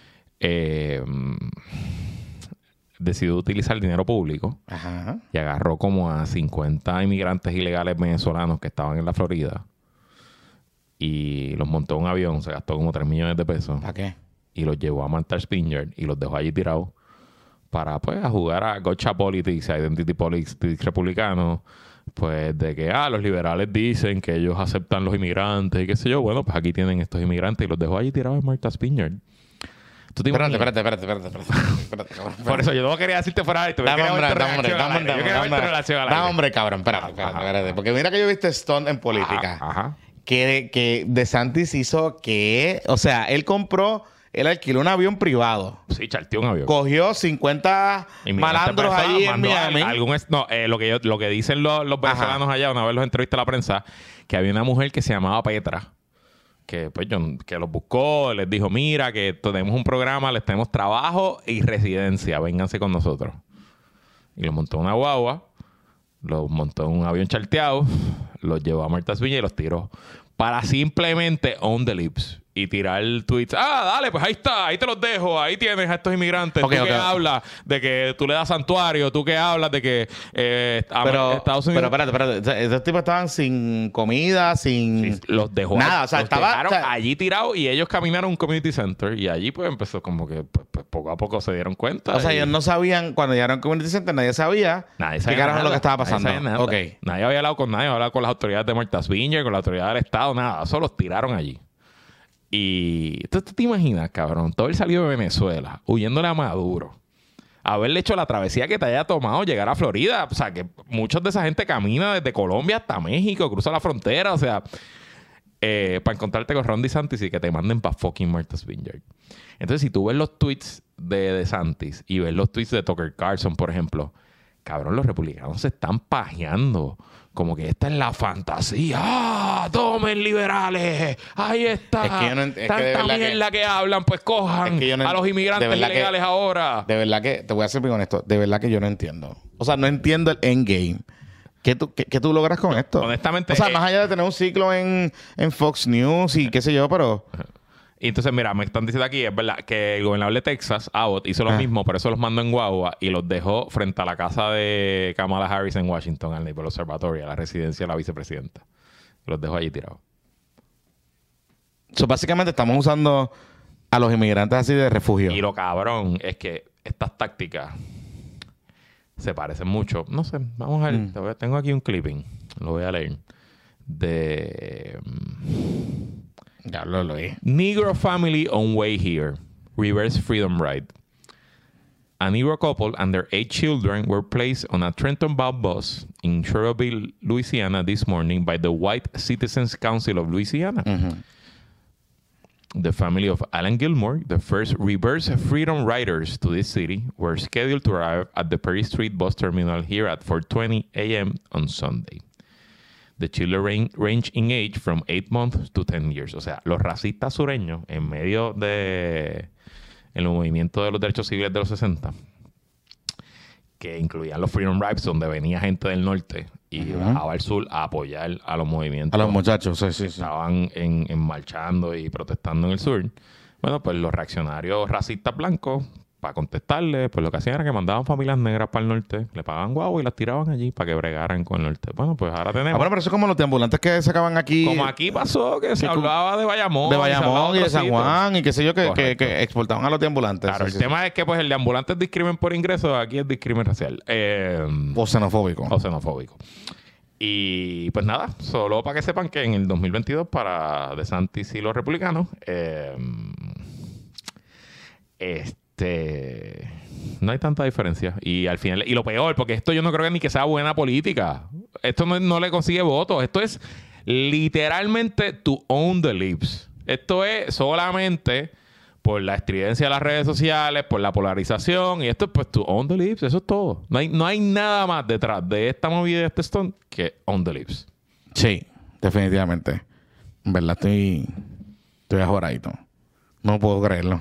[SPEAKER 1] decidió utilizar dinero público
[SPEAKER 2] Ajá.
[SPEAKER 1] y agarró como a 50 inmigrantes ilegales venezolanos que estaban en la Florida y los montó en un avión, se gastó como 3 millones de pesos
[SPEAKER 2] ¿Para qué?
[SPEAKER 1] y los llevó a Martha's Vineyard y los dejó allí tirados para pues a jugar a gotcha politics, a identity politics republicano, pues de que los liberales dicen que ellos aceptan los inmigrantes y qué sé yo. Bueno, pues aquí tienen estos inmigrantes y los dejó allí tirados en Martha's Vineyard. ¿Tú te imaginas?
[SPEAKER 2] Espérate, cabrón.
[SPEAKER 1] Por eso yo no quería decirte fuera de esto.
[SPEAKER 2] Dame, hombre, cabrón. Espérate. Porque mira que yo viste stunt en política.
[SPEAKER 1] Ajá.
[SPEAKER 2] Que DeSantis hizo que... O sea, él alquiló un avión privado.
[SPEAKER 1] Sí, charteó un avión.
[SPEAKER 2] Cogió 50 malandros allí en Miami.
[SPEAKER 1] Lo que dicen los venezolanos allá, una vez los entrevisté a la prensa, que había una mujer que se llamaba Petra, que pues que los buscó, les dijo, mira, que tenemos un programa, les tenemos trabajo y residencia, vénganse con nosotros. Y los montó en una guagua, los montó en un avión charteado, los llevó a Martha's Vineyard y los tiró para simplemente on the lips. y tirar tweets. Dale, pues ahí está, ahí te los dejo, ahí tienes a estos inmigrantes. Tú que hablas de que tú le das santuario, tú que hablas de que Estados Unidos...
[SPEAKER 2] Pero espérate. Esos tipos estaban sin comida, sin...
[SPEAKER 1] Sí, los dejó.
[SPEAKER 2] Nada, o sea,
[SPEAKER 1] dejaron allí tirados y ellos caminaron a un community center y allí pues empezó como que pues, poco a poco se dieron cuenta.
[SPEAKER 2] O sea, ellos no sabían, cuando llegaron al community center, nadie sabía qué carajo lo que estaba pasando.
[SPEAKER 1] Nadie había hablado con nadie, había hablado con las autoridades de Martha's Vineyard, con la autoridad del Estado, nada. Solo los tiraron allí. Y tú te imaginas, cabrón, todo el salido de Venezuela, huyéndole a Maduro, haberle hecho la travesía que te haya tomado llegar a Florida. O sea, que muchos de esa gente camina desde Colombia hasta México, cruza la frontera, o sea, para encontrarte con Ron DeSantis y que te manden para fucking Martha's Vineyard. Entonces, si tú ves los tweets de DeSantis y ves los tweets de Tucker Carlson, por ejemplo, cabrón, los republicanos se están pajeando. Como que esta es la fantasía. ¡Tomen, liberales! ¡Ahí está!
[SPEAKER 2] Es que yo no
[SPEAKER 1] Tanta mierda que hablan, pues cojan a los inmigrantes ilegales ahora.
[SPEAKER 2] De verdad que, te voy a ser bien honesto, de verdad que yo no entiendo. O sea, no entiendo el endgame. ¿Qué tú logras con esto?
[SPEAKER 1] Honestamente...
[SPEAKER 2] O sea, más allá de tener un ciclo en Fox News y qué sé yo, pero...
[SPEAKER 1] Y entonces, mira, me están diciendo aquí, es verdad, que el gobernador de Texas, Abbott, hizo lo mismo, pero eso los mandó en guagua y los dejó frente a la casa de Kamala Harris en Washington, al Naval Observatory, a la residencia de la vicepresidenta. Los dejó allí tirados.
[SPEAKER 2] Básicamente estamos usando a los inmigrantes así de refugio.
[SPEAKER 1] Y lo cabrón es que estas tácticas se parecen mucho. No sé, vamos a ver. Tengo aquí un clipping, lo voy a leer, de...
[SPEAKER 2] Ya lo leí.
[SPEAKER 1] Negro family on way here. Reverse freedom ride. A Negro couple and their 8 children were placed on a Trenton Bound bus in Sherrillville, Louisiana this morning by the White Citizens Council of Louisiana. The family of Alan Gilmore, the first reverse freedom riders to this city, were scheduled to arrive at the Perry Street bus terminal here at 4:20 a.m. on Sunday. The children range in age from 8 months to 10 years. O sea, los racistas sureños, en medio de el movimiento de los derechos civiles de los 60, que incluían los Freedom Rides, donde venía gente del norte y bajaba al sur a apoyar a los movimientos.
[SPEAKER 2] A los muchachos, sí.
[SPEAKER 1] Estaban en marchando y protestando en el sur. Bueno, pues los reaccionarios racistas blancos, para contestarle, pues lo que hacían era que mandaban familias negras para el norte, le pagaban guau y las tiraban allí para que bregaran con el norte. Bueno, pues ahora tenemos...
[SPEAKER 2] Bueno, pero eso es como los deambulantes que sacaban aquí...
[SPEAKER 1] Como aquí pasó, que se hablaba de Bayamón.
[SPEAKER 2] De Bayamón y de San Juan y qué sé yo, que exportaban a los deambulantes.
[SPEAKER 1] Claro, el tema es que pues el deambulante es discrimen por ingreso, aquí es discrimen racial.
[SPEAKER 2] O xenofóbico.
[SPEAKER 1] Y pues nada, solo para que sepan que en el 2022 para DeSantis y los republicanos, no hay tanta diferencia. Y al final, y lo peor, porque esto yo no creo que ni que sea buena política. Esto no le consigue votos. Esto es literalmente to own the libs. Esto es solamente por la estridencia de las redes sociales, por la polarización, y esto es pues to own the libs. Eso es todo. No hay nada más detrás de esta movida de este stunt que own the libs.
[SPEAKER 2] Sí, definitivamente. En verdad estoy ajoradito. No puedo creerlo.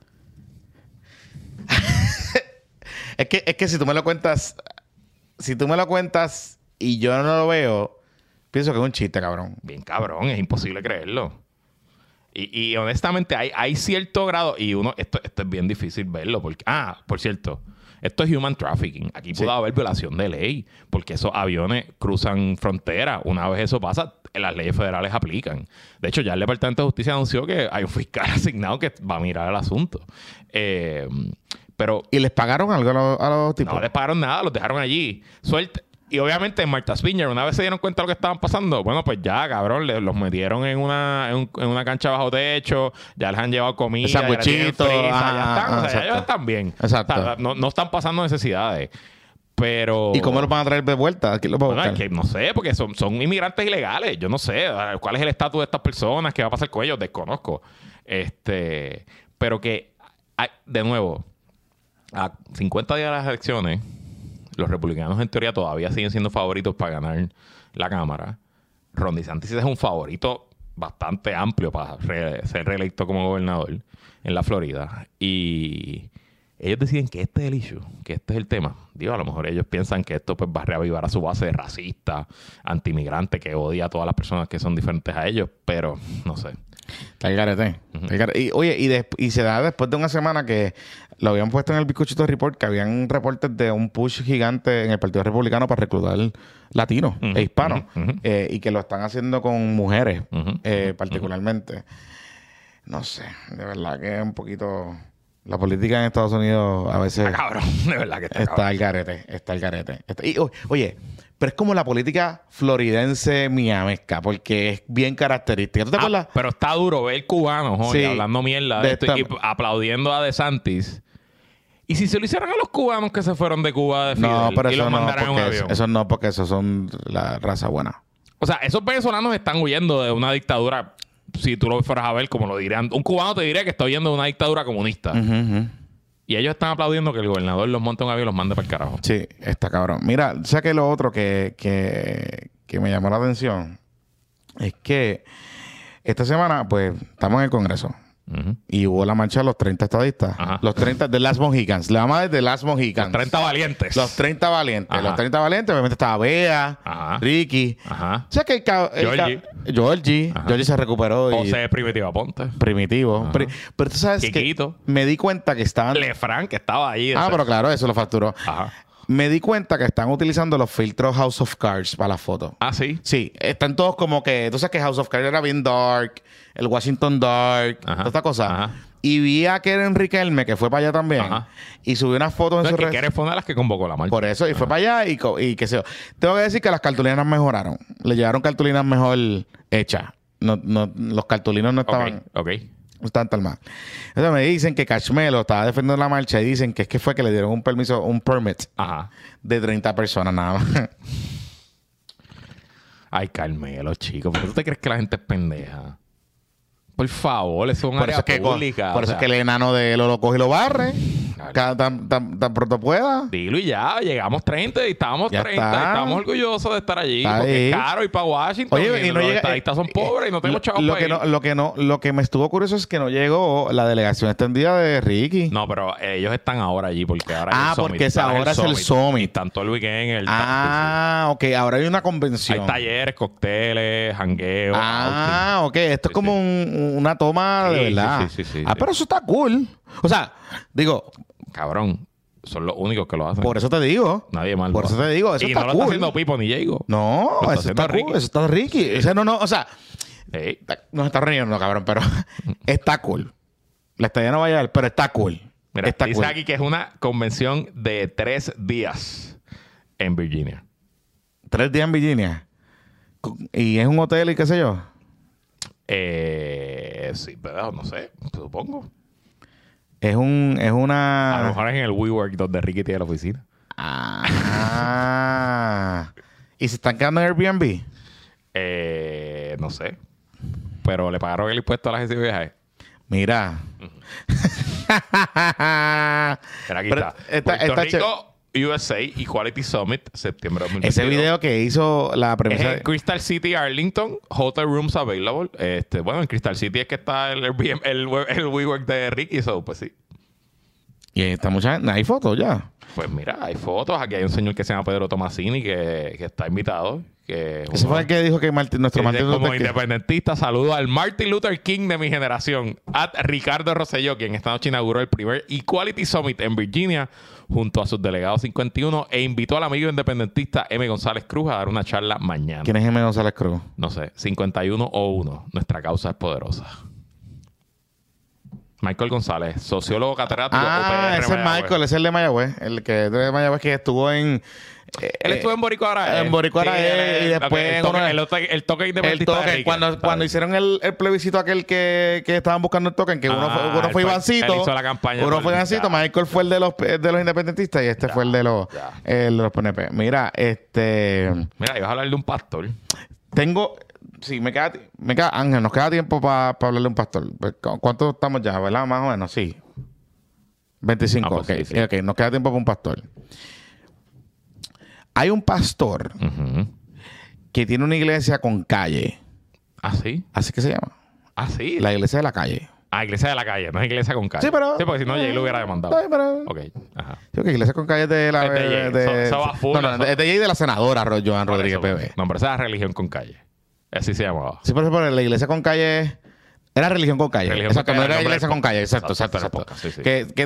[SPEAKER 2] Es que si tú me lo cuentas y yo no lo veo, pienso que es un chiste, cabrón.
[SPEAKER 1] Bien cabrón, es imposible creerlo. Y honestamente hay cierto grado, y esto es bien difícil verlo, porque, por cierto, esto es human trafficking. Aquí puede haber violación de ley, porque esos aviones cruzan fronteras. Una vez eso pasa, las leyes federales aplican. De hecho, ya el Departamento de Justicia anunció que hay un fiscal asignado que va a mirar el asunto. Pero...
[SPEAKER 2] ¿Y les pagaron algo a los tipos?
[SPEAKER 1] No les pagaron nada, los dejaron allí. Suerte. Y obviamente en Martha's Vineyard, una vez se dieron cuenta de lo que estaban pasando, bueno, pues ya, cabrón, los metieron en una cancha bajo techo, ya les han llevado comida,
[SPEAKER 2] sandwichitos,
[SPEAKER 1] ya están, ellos están bien.
[SPEAKER 2] Exacto.
[SPEAKER 1] O sea, no están pasando necesidades. Pero...
[SPEAKER 2] ¿Y cómo los van a traer de vuelta? ¿Quién los va a buscar?
[SPEAKER 1] Es que no sé, porque son inmigrantes ilegales. Yo no sé cuál es el estatus de estas personas, qué va a pasar con ellos, desconozco. Pero que, de nuevo, a 50 días de las elecciones, los republicanos en teoría todavía siguen siendo favoritos para ganar la Cámara. Ron DeSantis es un favorito bastante amplio para ser reelecto como gobernador en la Florida. Y ellos deciden que este es el issue, que este es el tema. Digo, a lo mejor ellos piensan que esto pues va a reavivar a su base racista, anti-inmigrante, que odia a todas las personas que son diferentes a ellos, pero no sé.
[SPEAKER 2] Está el garete. Y oye, y se da después de una semana que lo habían puesto en el Bizcochito Report, que habían reportes de un push gigante en el Partido Republicano para reclutar latinos e hispanos. Y que lo están haciendo con mujeres, particularmente. No sé, de verdad que es un poquito... La política en Estados Unidos a veces...
[SPEAKER 1] Está cabrón, de verdad que está
[SPEAKER 2] Está
[SPEAKER 1] cabrón.
[SPEAKER 2] el garete, está el garete. Oye, pero es como la política floridense miamesca, porque es bien característica. ¿Tú te acuerdas?
[SPEAKER 1] Pero está duro ver cubanos,
[SPEAKER 2] Sí.
[SPEAKER 1] hablando mierda de
[SPEAKER 2] De
[SPEAKER 1] esto
[SPEAKER 2] esta-
[SPEAKER 1] y aplaudiendo a DeSantis. Y si se lo hicieran a los cubanos que se fueron de Cuba de Fidel
[SPEAKER 2] No, pero
[SPEAKER 1] y
[SPEAKER 2] eso
[SPEAKER 1] los
[SPEAKER 2] no,
[SPEAKER 1] mandaran en un
[SPEAKER 2] porque
[SPEAKER 1] avión.
[SPEAKER 2] eso no, porque esos son la raza buena.
[SPEAKER 1] O sea, esos venezolanos están huyendo de una dictadura. Si tú lo fueras a ver, como lo dirían. Un cubano te diría que está huyendo de una dictadura comunista. Y ellos están aplaudiendo que el gobernador los monte un avión y los mande para el carajo.
[SPEAKER 2] Sí, está cabrón. Mira, sé que lo otro que me llamó la atención es que esta semana, pues, estamos en el Congreso. Y hubo la marcha de los 30 estadistas.
[SPEAKER 1] Ajá.
[SPEAKER 2] Los 30 de Last Mohicans. Le llamamos de Last Mohicans.
[SPEAKER 1] 30 valientes.
[SPEAKER 2] Los 30 valientes.
[SPEAKER 1] Ajá.
[SPEAKER 2] Los 30 valientes, obviamente estaba Bea,
[SPEAKER 1] Ajá.
[SPEAKER 2] Ricky.
[SPEAKER 1] Ajá.
[SPEAKER 2] O sea que Georgie.
[SPEAKER 1] Ajá.
[SPEAKER 2] Georgie se recuperó. Y
[SPEAKER 1] José Primitiva Ponte.
[SPEAKER 2] primitivo.
[SPEAKER 1] Ajá.
[SPEAKER 2] Pero tú sabes
[SPEAKER 1] Quiquito.
[SPEAKER 2] que me di cuenta que estaban...
[SPEAKER 1] Lefranc, que estaba ahí.
[SPEAKER 2] pero claro, eso lo facturó.
[SPEAKER 1] Ajá.
[SPEAKER 2] Me di cuenta que están utilizando los filtros House of Cards para la foto.
[SPEAKER 1] Ah, sí.
[SPEAKER 2] Sí, están todos como que... Tú sabes que House of Cards era bien dark. El Washington dark.
[SPEAKER 1] Ajá.
[SPEAKER 2] Toda esta cosa.
[SPEAKER 1] Ajá.
[SPEAKER 2] Y vi a Keren Riquelme, que fue para allá también.
[SPEAKER 1] Ajá.
[SPEAKER 2] Y subió unas fotos en
[SPEAKER 1] No,
[SPEAKER 2] su
[SPEAKER 1] es que
[SPEAKER 2] red.
[SPEAKER 1] Keres fue una de las que convocó la marcha.
[SPEAKER 2] Por eso, y fue para allá y qué sé yo. Tengo que decir que las cartulinas mejoraron. Le llevaron cartulinas mejor hechas. Los cartulinos no estaban,
[SPEAKER 1] Ok.
[SPEAKER 2] no estaban tan mal. Entonces me dicen que Cashmelo estaba defendiendo la marcha y dicen que es que fue que le dieron un permiso, un permit
[SPEAKER 1] Ajá.
[SPEAKER 2] de 30 personas nada más.
[SPEAKER 1] Ay, Carmelo, chico. ¿Por qué tú te crees que la gente es pendeja? Por favor, eso es un
[SPEAKER 2] Por eso
[SPEAKER 1] área
[SPEAKER 2] es que,
[SPEAKER 1] pública.
[SPEAKER 2] por eso es que el enano de él lo coge y lo barre. Tan pronto pueda.
[SPEAKER 1] Dilo y ya, llegamos 30 y estábamos
[SPEAKER 2] Ya
[SPEAKER 1] 30
[SPEAKER 2] está.
[SPEAKER 1] y estamos orgullosos de estar allí.
[SPEAKER 2] Está
[SPEAKER 1] Porque
[SPEAKER 2] ahí.
[SPEAKER 1] es caro ir para Washington.
[SPEAKER 2] Oye, y no
[SPEAKER 1] los
[SPEAKER 2] llega,
[SPEAKER 1] estadistas son pobres y no tenemos chavos para ir.
[SPEAKER 2] lo que me estuvo curioso es que no llegó la delegación extendida de Ricky.
[SPEAKER 1] No, pero ellos están ahora allí porque ahora es el Summit.
[SPEAKER 2] Porque
[SPEAKER 1] Ahora
[SPEAKER 2] ahora es el
[SPEAKER 1] Y
[SPEAKER 2] Summit.
[SPEAKER 1] están todo el weekend en el
[SPEAKER 2] Ok. Ahora hay una
[SPEAKER 1] Hay
[SPEAKER 2] convención.
[SPEAKER 1] talleres, cócteles, jangueo.
[SPEAKER 2] Ok. Esto es como una toma de
[SPEAKER 1] Sí,
[SPEAKER 2] verdad.
[SPEAKER 1] sí.
[SPEAKER 2] Pero eso está cool. O sea, digo,
[SPEAKER 1] Cabrón, son los únicos que lo hacen.
[SPEAKER 2] por eso te digo.
[SPEAKER 1] Nadie más.
[SPEAKER 2] Por
[SPEAKER 1] lo
[SPEAKER 2] eso
[SPEAKER 1] hace.
[SPEAKER 2] te digo, eso
[SPEAKER 1] y
[SPEAKER 2] está
[SPEAKER 1] no lo
[SPEAKER 2] cool.
[SPEAKER 1] está haciendo Pipo ni Diego.
[SPEAKER 2] No,
[SPEAKER 1] Lo está
[SPEAKER 2] eso
[SPEAKER 1] haciendo
[SPEAKER 2] está cool.
[SPEAKER 1] Ricky.
[SPEAKER 2] Eso está Ricky. O sea, o sea,
[SPEAKER 1] Sí.
[SPEAKER 2] no se está riendo, cabrón, pero está cool. La estadía no va a llegar, pero está cool.
[SPEAKER 1] Mira,
[SPEAKER 2] está
[SPEAKER 1] dice
[SPEAKER 2] cool.
[SPEAKER 1] aquí que es una convención de 3 días en Virginia.
[SPEAKER 2] 3 días en Virginia. Y es un hotel y qué sé yo.
[SPEAKER 1] Sí, pero no sé, supongo.
[SPEAKER 2] Es
[SPEAKER 1] A lo
[SPEAKER 2] una...
[SPEAKER 1] mejor es en el WeWork donde Ricky tiene la oficina.
[SPEAKER 2] ¿Y se están quedando en Airbnb?
[SPEAKER 1] No sé. Pero le pagaron el impuesto a la agencia de viajes.
[SPEAKER 2] Mira.
[SPEAKER 1] Mira, aquí
[SPEAKER 2] Pero
[SPEAKER 1] está. Puerto
[SPEAKER 2] está
[SPEAKER 1] Rico, USA Equality Summit, septiembre de 2022.
[SPEAKER 2] Ese video que hizo la
[SPEAKER 1] Es
[SPEAKER 2] premisa...
[SPEAKER 1] en Crystal City, Arlington. Hotel rooms available. Bueno, en Crystal City es que está el WeWork de Ricky. So, pues sí.
[SPEAKER 2] Y está mucha... Hay fotos ya.
[SPEAKER 1] Pues mira, hay fotos. Aquí hay un señor que se llama Pedro Tomasini que está invitado. Que es
[SPEAKER 2] Ese
[SPEAKER 1] uno-
[SPEAKER 2] fue el que dijo que nuestro
[SPEAKER 1] que
[SPEAKER 2] Martin
[SPEAKER 1] dice, como
[SPEAKER 2] Luther King...
[SPEAKER 1] independentista, saludo al Martin Luther King de mi generación, a Ricardo Rosselló, quien esta noche inauguró el primer Equality Summit en Virginia junto a sus delegados 51 e invitó al amigo independentista M. González Cruz a dar una charla mañana.
[SPEAKER 2] ¿Quién es M. González Cruz?
[SPEAKER 1] No sé, 51 o 1. Nuestra causa es poderosa. Michael González, sociólogo catedrático. UPR
[SPEAKER 2] Ese es
[SPEAKER 1] Mayagüez.
[SPEAKER 2] Michael, ese es el de Mayagüez. El que es de Mayagüez que estuvo en...
[SPEAKER 1] Él estuvo en Boricua Arae.
[SPEAKER 2] en Boricua Arae, y después
[SPEAKER 1] el
[SPEAKER 2] en
[SPEAKER 1] toque,
[SPEAKER 2] uno-
[SPEAKER 1] el toque
[SPEAKER 2] El
[SPEAKER 1] independentista de
[SPEAKER 2] token,
[SPEAKER 1] Ricky.
[SPEAKER 2] cuando hicieron el plebiscito aquel que estaban buscando el token, que uno
[SPEAKER 1] Ah,
[SPEAKER 2] fue
[SPEAKER 1] él fue-
[SPEAKER 2] Ivancito,
[SPEAKER 1] él hizo la campaña
[SPEAKER 2] uno
[SPEAKER 1] por-
[SPEAKER 2] fue Ivancito,
[SPEAKER 1] ya.
[SPEAKER 2] Michael fue el de los independentistas y este fue el de los PNP. Mira,
[SPEAKER 1] Mira, ibas a hablar de un pastor.
[SPEAKER 2] tengo, sí, me queda, Ángel, nos queda tiempo para hablarle de un pastor. ¿Cuánto estamos ya, verdad? Más o menos, sí. 25,
[SPEAKER 1] Ah, pues
[SPEAKER 2] ok.
[SPEAKER 1] sí.
[SPEAKER 2] Ok, nos queda tiempo para un pastor. Hay un pastor
[SPEAKER 1] Ujú.
[SPEAKER 2] que tiene una iglesia con calle.
[SPEAKER 1] ¿Ah, sí?
[SPEAKER 2] Así que se llama.
[SPEAKER 1] ¿Ah, sí?
[SPEAKER 2] La iglesia de la calle.
[SPEAKER 1] Ah, iglesia de la calle, no es iglesia con calle.
[SPEAKER 2] Sí, pero...
[SPEAKER 1] Sí, porque si no, Jay lo hubiera demandado.
[SPEAKER 2] Sí, pero...
[SPEAKER 1] Ok, ajá.
[SPEAKER 2] Sí, que iglesia con calle es de la...
[SPEAKER 1] Es de Jay. Eso va full,
[SPEAKER 2] no, no,
[SPEAKER 1] eso.
[SPEAKER 2] es de Jay de la senadora Joan
[SPEAKER 1] Por
[SPEAKER 2] Rodríguez
[SPEAKER 1] eso,
[SPEAKER 2] Bebé.
[SPEAKER 1] No, pero esa es religión con calle. Así se llamaba.
[SPEAKER 2] Sí, por ejemplo, la iglesia con calle Era religión con calle.
[SPEAKER 1] Religión
[SPEAKER 2] Exacto,
[SPEAKER 1] con
[SPEAKER 2] no
[SPEAKER 1] calle,
[SPEAKER 2] era
[SPEAKER 1] el nombre
[SPEAKER 2] iglesia
[SPEAKER 1] del
[SPEAKER 2] con calle.
[SPEAKER 1] podcast.
[SPEAKER 2] Exacto.
[SPEAKER 1] Exacto, el podcast, sí, sí.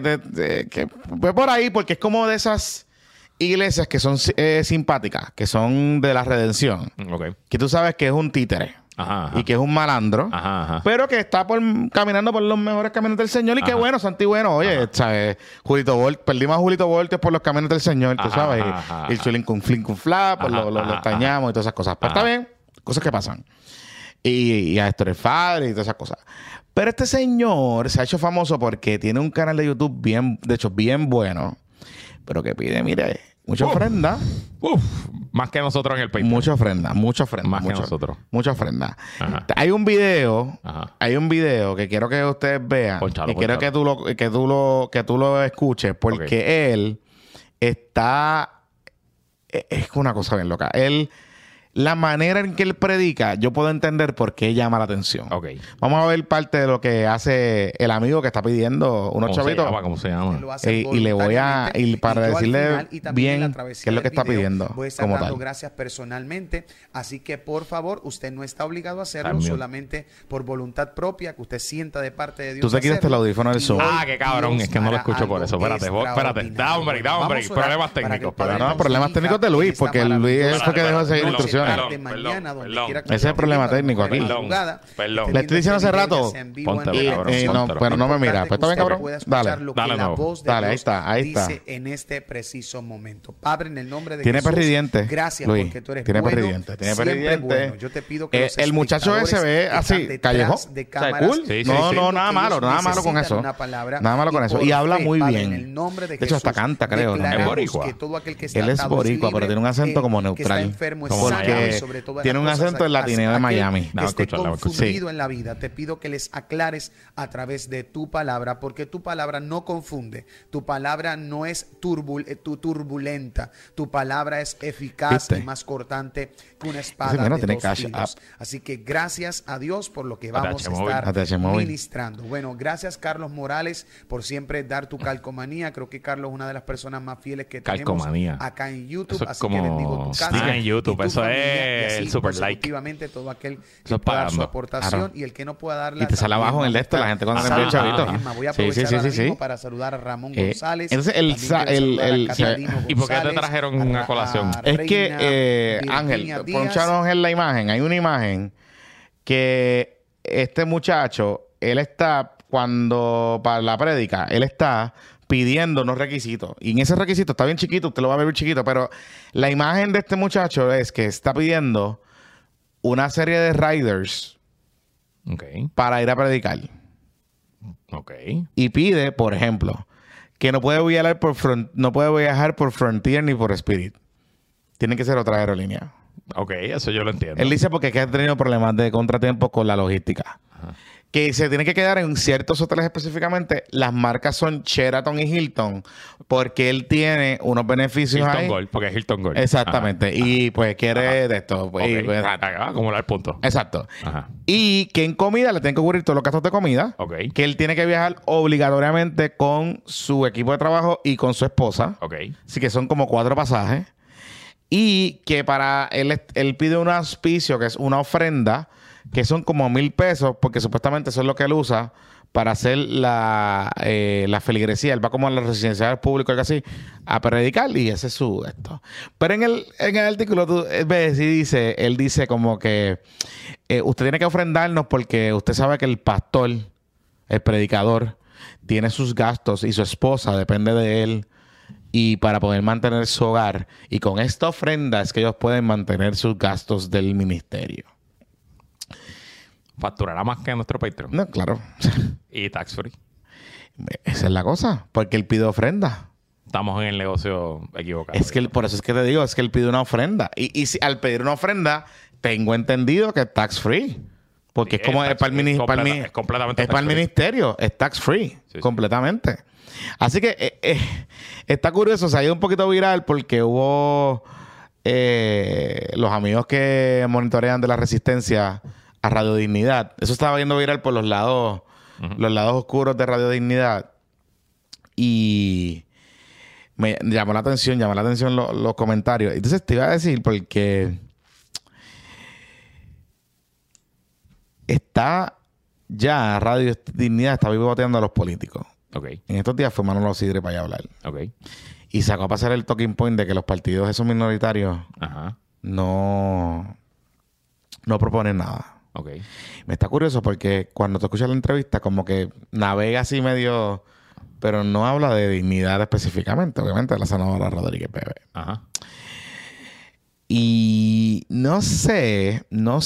[SPEAKER 2] Que fue por ahí porque es como de esas iglesias que son simpáticas, que son de la redención.
[SPEAKER 1] Ok.
[SPEAKER 2] Que tú sabes que es un títere.
[SPEAKER 1] Ajá.
[SPEAKER 2] Y que es un malandro.
[SPEAKER 1] Ajá.
[SPEAKER 2] Pero que está caminando por los mejores caminos del Señor. Y qué bueno, santo y bueno. Oye, ¿sabes? Perdimos a Julito Voltes por los caminos del Señor, tú sabes. Y el chulín con flin con fla, pues lo extrañamos y todas esas cosas. Pero está bien, cosas que pasan. Y a Héctor el Padre y todas esas cosas. Pero este señor se ha hecho famoso porque tiene un canal de YouTube bien bueno. Pero que pide, mire, mucha ofrenda.
[SPEAKER 1] Más que nosotros en el Patreon.
[SPEAKER 2] Mucha ofrenda.
[SPEAKER 1] Más que nosotros.
[SPEAKER 2] Mucha ofrenda.
[SPEAKER 1] Ajá.
[SPEAKER 2] Hay un video.
[SPEAKER 1] Ajá.
[SPEAKER 2] Hay un video que quiero que ustedes vean.
[SPEAKER 1] Pónchalo,
[SPEAKER 2] y quiero que tú lo escuches. Porque él está... Es una cosa bien loca. La manera en que él predica, yo puedo entender por qué llama la atención.
[SPEAKER 1] Ok.
[SPEAKER 2] Vamos a ver parte de lo que hace el amigo que está pidiendo unos chavitos.
[SPEAKER 1] ¿Cómo se llama?
[SPEAKER 2] Y le voy a... Y para decirle bien
[SPEAKER 7] qué
[SPEAKER 2] qué es lo que está pidiendo.
[SPEAKER 7] Voy a estar
[SPEAKER 2] como
[SPEAKER 7] dando
[SPEAKER 2] tal.
[SPEAKER 7] gracias personalmente. Así que, por favor, usted no está obligado a hacerlo,
[SPEAKER 1] También.
[SPEAKER 7] solamente por voluntad propia, que usted sienta de parte de Dios.
[SPEAKER 2] Tú te quitaste el audífono del Zoom.
[SPEAKER 1] Qué cabrón. Es que no lo escucho por eso. Espérate. Da hombre. Problemas técnicos.
[SPEAKER 2] No, problemas técnicos de Luis, porque Luis fue que dejó de seguir instrucciones. Ese es el problema técnico aquí.
[SPEAKER 1] Perdón.
[SPEAKER 2] Le estoy diciendo hace rato.
[SPEAKER 1] Póntelo, cabrón,
[SPEAKER 2] No, pero no me mira. Pues está bien, cabrón. Dale.
[SPEAKER 1] Dale,
[SPEAKER 7] la
[SPEAKER 1] no.
[SPEAKER 7] voz de
[SPEAKER 2] Dale, ahí
[SPEAKER 7] Dios
[SPEAKER 2] está, ahí está.
[SPEAKER 7] dice en este preciso momento. Padre, en el nombre de
[SPEAKER 2] Tiene
[SPEAKER 7] Jesús,
[SPEAKER 2] perridiente,
[SPEAKER 7] gracias
[SPEAKER 2] Luis.
[SPEAKER 7] porque tú eres
[SPEAKER 2] Tiene
[SPEAKER 7] bueno,
[SPEAKER 2] perridiente, tiene
[SPEAKER 7] siempre
[SPEAKER 2] perridiente.
[SPEAKER 7] bueno. Yo te pido que los
[SPEAKER 2] El muchacho ese se ve
[SPEAKER 7] espectadores
[SPEAKER 2] así,
[SPEAKER 7] están detrás
[SPEAKER 2] callejón.
[SPEAKER 7] de
[SPEAKER 2] O sea,
[SPEAKER 7] cámaras,
[SPEAKER 2] cool.
[SPEAKER 1] Sí,
[SPEAKER 2] No,
[SPEAKER 1] sí.
[SPEAKER 2] nada malo con
[SPEAKER 7] necesitan
[SPEAKER 2] eso.
[SPEAKER 7] una palabra,
[SPEAKER 2] Nada malo con
[SPEAKER 7] y
[SPEAKER 2] eso.
[SPEAKER 7] por
[SPEAKER 2] Y habla
[SPEAKER 7] fe,
[SPEAKER 2] muy
[SPEAKER 7] Padre,
[SPEAKER 2] bien.
[SPEAKER 7] en el nombre de
[SPEAKER 2] De hecho, hasta
[SPEAKER 7] Jesús,
[SPEAKER 2] canta, creo.
[SPEAKER 7] declaramos
[SPEAKER 1] Es boricua.
[SPEAKER 7] que todo aquel que está
[SPEAKER 2] Él es
[SPEAKER 7] atado
[SPEAKER 2] boricua,
[SPEAKER 7] libre,
[SPEAKER 2] pero tiene un acento como
[SPEAKER 7] que está
[SPEAKER 2] neutral.
[SPEAKER 7] enfermo es
[SPEAKER 1] Como
[SPEAKER 7] sano,
[SPEAKER 1] Miami.
[SPEAKER 7] y sobre todas
[SPEAKER 2] Tiene
[SPEAKER 7] las
[SPEAKER 2] un
[SPEAKER 7] cosas,
[SPEAKER 2] acento del latineo de
[SPEAKER 7] aquel
[SPEAKER 2] Miami.
[SPEAKER 7] que
[SPEAKER 1] No,
[SPEAKER 7] esté
[SPEAKER 1] escúchalo,
[SPEAKER 7] confundido
[SPEAKER 2] sí.
[SPEAKER 7] en la vida, te pido que les aclares a través de tu palabra, porque tu palabra no confunde, tu palabra no es turbulenta, tu palabra es eficaz
[SPEAKER 2] ¿Viste?
[SPEAKER 7] y más cortante que una espada
[SPEAKER 2] Ese, mira,
[SPEAKER 7] de
[SPEAKER 2] tiene
[SPEAKER 7] dos
[SPEAKER 2] Cash
[SPEAKER 7] filos.
[SPEAKER 2] App.
[SPEAKER 7] Así que gracias a Dios por lo que vamos a
[SPEAKER 1] ATH Móvil.
[SPEAKER 7] estar
[SPEAKER 2] ATH Móvil.
[SPEAKER 7] ministrando. Bueno, gracias Carlos Morales por siempre dar tu calcomanía. Creo que Carlos es una de las personas más fieles que tenemos
[SPEAKER 1] Calcomanía.
[SPEAKER 7] acá en YouTube.
[SPEAKER 1] Eso es
[SPEAKER 7] así que bendigo
[SPEAKER 1] como
[SPEAKER 7] tu casa
[SPEAKER 1] en YouTube,
[SPEAKER 7] y tu
[SPEAKER 1] eso
[SPEAKER 7] familia,
[SPEAKER 1] es
[SPEAKER 7] y así
[SPEAKER 1] el super like.
[SPEAKER 7] consecutivamente todo aquel que
[SPEAKER 1] Eso es
[SPEAKER 7] pueda dar su
[SPEAKER 1] pagando.
[SPEAKER 7] aportación
[SPEAKER 2] Claro.
[SPEAKER 7] y el que no pueda darla.
[SPEAKER 2] Y te sale
[SPEAKER 7] también
[SPEAKER 2] abajo en el de
[SPEAKER 7] vamos a
[SPEAKER 2] esto, la
[SPEAKER 7] estar-
[SPEAKER 2] gente cuando le
[SPEAKER 1] envía
[SPEAKER 2] envía el chavito.
[SPEAKER 7] Voy a
[SPEAKER 2] Sí,
[SPEAKER 7] aprovechar
[SPEAKER 2] sí,
[SPEAKER 7] ahora
[SPEAKER 2] sí,
[SPEAKER 7] mismo
[SPEAKER 2] sí.
[SPEAKER 7] para saludar a Ramón González.
[SPEAKER 2] Entonces,
[SPEAKER 7] También quiero saludar a
[SPEAKER 2] ¿y
[SPEAKER 1] por qué te
[SPEAKER 7] González,
[SPEAKER 1] trajeron a colación?
[SPEAKER 2] Es
[SPEAKER 7] Reina
[SPEAKER 2] que, Ángel,
[SPEAKER 7] Virginia Díaz.
[SPEAKER 2] ponchanos en la imagen. Hay una imagen que este muchacho, él está, para la prédica, él está pidiendo unos requisitos. Y en ese requisito está bien chiquito, usted lo va a ver chiquito, pero la imagen de este muchacho es que está pidiendo una serie de riders
[SPEAKER 1] Ok.
[SPEAKER 2] para ir a predicar.
[SPEAKER 1] Ok.
[SPEAKER 2] Y pide, por ejemplo, que no puede viajar por Frontier ni por Spirit. Tiene que ser otra aerolínea.
[SPEAKER 1] Ok, eso yo lo entiendo.
[SPEAKER 2] Él dice porque es que ha tenido problemas de contratiempos con la logística. Que se tiene que quedar en ciertos hoteles específicamente. Las marcas son Sheraton y Hilton porque él tiene unos beneficios
[SPEAKER 1] Hilton
[SPEAKER 2] ahí.
[SPEAKER 1] Gold, porque es Hilton Gold.
[SPEAKER 2] Exactamente.
[SPEAKER 1] Ajá.
[SPEAKER 2] Y pues quiere de esto.
[SPEAKER 1] Ok.
[SPEAKER 2] Y, pues,
[SPEAKER 1] Acumular el punto.
[SPEAKER 2] exacto.
[SPEAKER 1] Ajá.
[SPEAKER 2] Y que en comida le tienen que cubrir todos los gastos de comida.
[SPEAKER 1] Ok.
[SPEAKER 2] Que él tiene que viajar obligatoriamente con su equipo de trabajo y con su esposa.
[SPEAKER 1] Ok.
[SPEAKER 2] Así que son como 4 pasajes. Y que para él pide un auspicio, que es una ofrenda, que son como $1,000, porque supuestamente eso es lo que él usa para hacer la feligresía. Él va como a las residenciales públicas, algo así, a predicar, y ese es su esto. Pero en el artículo tú ves y él dice como que usted tiene que ofrendarnos porque usted sabe que el pastor, el predicador, tiene sus gastos y su esposa depende de él. Y para poder mantener su hogar. Y con esta ofrenda es que ellos pueden mantener sus gastos del ministerio.
[SPEAKER 1] Facturará más que nuestro Patreon.
[SPEAKER 2] No, claro.
[SPEAKER 1] Y tax free.
[SPEAKER 2] Esa es la cosa. Porque él pide ofrenda.
[SPEAKER 1] Estamos en el negocio equivocado.
[SPEAKER 2] Es que por eso es que te digo, es que él pide una ofrenda. Y si, al pedir una ofrenda, tengo entendido que es tax free. Porque
[SPEAKER 1] Sí,
[SPEAKER 2] es como
[SPEAKER 1] es
[SPEAKER 2] es para el,
[SPEAKER 1] tax free.
[SPEAKER 2] es
[SPEAKER 1] Completamente
[SPEAKER 2] es para el
[SPEAKER 1] tax free.
[SPEAKER 2] ministerio. Es tax free.
[SPEAKER 1] Sí.
[SPEAKER 2] Completamente. Así que está curioso. Se ha ido un poquito viral porque hubo los amigos que monitorean de la resistencia a Radio Dignidad. Eso estaba yendo viral por los lados oscuros de Radio Dignidad. Y me llamó la atención los comentarios. Entonces te iba a decir porque está ya Radio Dignidad está boteando a los políticos.
[SPEAKER 1] Ok.
[SPEAKER 2] En estos días fue Manolo Sidre para allá a hablar.
[SPEAKER 1] Ok.
[SPEAKER 2] Y sacó a pasar el talking point de que los partidos esos minoritarios
[SPEAKER 1] Ajá.
[SPEAKER 2] no proponen nada.
[SPEAKER 1] Ok.
[SPEAKER 2] Me está curioso porque cuando tú escuchas la entrevista, como que navega así medio, pero no habla de dignidad específicamente, obviamente, de la senadora Rodríguez Bebe.
[SPEAKER 1] Ajá.
[SPEAKER 2] Y no sé.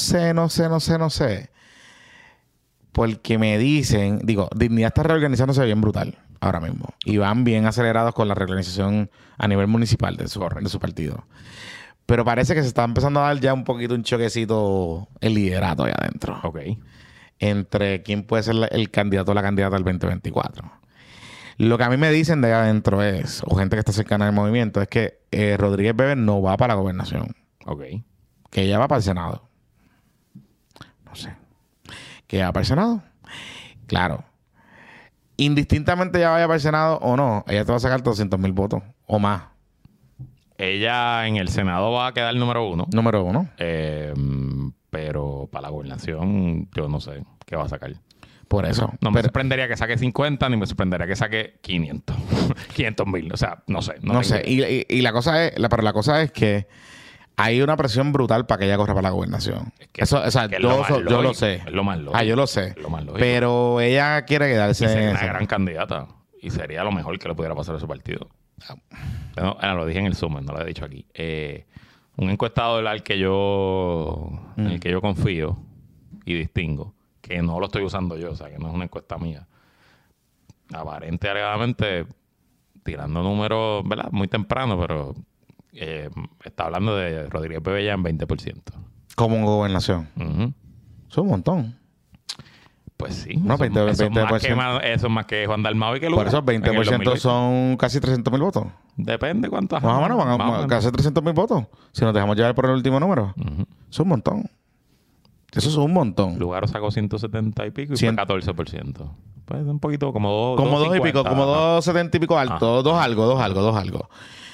[SPEAKER 2] Porque me dicen, digo, Dignidad está reorganizándose bien brutal ahora mismo. Y van bien acelerados con la reorganización a nivel municipal de su partido. Pero parece que se está empezando a dar ya un poquito un choquecito el liderato ahí adentro.
[SPEAKER 1] Ok.
[SPEAKER 2] Entre quién puede ser el candidato o la candidata del 2024. Lo que a mí me dicen de ahí adentro es, o gente que está cercana al movimiento, es que Rodríguez Bebe no va para la gobernación.
[SPEAKER 1] Ok.
[SPEAKER 2] Que ella va para el Senado. No sé. Que ella va para el Senado. Claro. Indistintamente ella vaya para el Senado o no, ella te va a sacar 200,000 votos o más.
[SPEAKER 1] Ella en el Senado va a quedar número 1.
[SPEAKER 2] Número 1.
[SPEAKER 1] Pero para la gobernación, yo no sé qué va a sacar.
[SPEAKER 2] Por eso.
[SPEAKER 1] No me sorprendería que saque 50, ni me sorprendería que saque 500. 500,000. O sea, no sé.
[SPEAKER 2] No sé. Y la cosa es, pero la cosa es que hay una presión brutal para que ella corra para la gobernación. Eso, o sea, yo lo sé.
[SPEAKER 1] Es lo más lógico.
[SPEAKER 2] Yo lo sé.
[SPEAKER 1] Es lo más lógico.
[SPEAKER 2] Pero ella quiere quedarse
[SPEAKER 1] y sería
[SPEAKER 2] en
[SPEAKER 1] una
[SPEAKER 2] esa.
[SPEAKER 1] gran candidata. Y sería lo mejor que le pudiera pasar a su partido. Lo dije en el Zoom, no lo he dicho aquí. Un encuestador en el que yo confío y distingo, que no lo estoy usando yo, o sea, que no es una encuesta mía. Aparente, alegadamente, tirando números, ¿verdad? Muy temprano, pero está hablando de Rodríguez Bebe ya en 20%.
[SPEAKER 2] Como gobernación.
[SPEAKER 1] Ujú.
[SPEAKER 2] Eso es un montón.
[SPEAKER 1] Pues sí.
[SPEAKER 2] No,
[SPEAKER 1] eso
[SPEAKER 2] 20%.
[SPEAKER 1] es más que Juan Dalmau y que
[SPEAKER 2] Por
[SPEAKER 1] Lula.
[SPEAKER 2] eso
[SPEAKER 1] en el
[SPEAKER 2] 20%
[SPEAKER 1] 2020.
[SPEAKER 2] son casi 300,000 votos.
[SPEAKER 1] Depende cuántos.
[SPEAKER 2] Más o menos, van
[SPEAKER 1] Más o
[SPEAKER 2] a
[SPEAKER 1] menos.
[SPEAKER 2] casi 300,000 votos. Si nos dejamos llevar por el último número.
[SPEAKER 1] Ujú.
[SPEAKER 2] Eso es un montón. Eso es un montón.
[SPEAKER 1] Lugaro sacó 170 y pico y fue 14%. Pues un poquito, como dos.
[SPEAKER 2] Como 2 y pico,
[SPEAKER 1] 2.50.
[SPEAKER 2] como 2.70 y pico alto. 2 algo.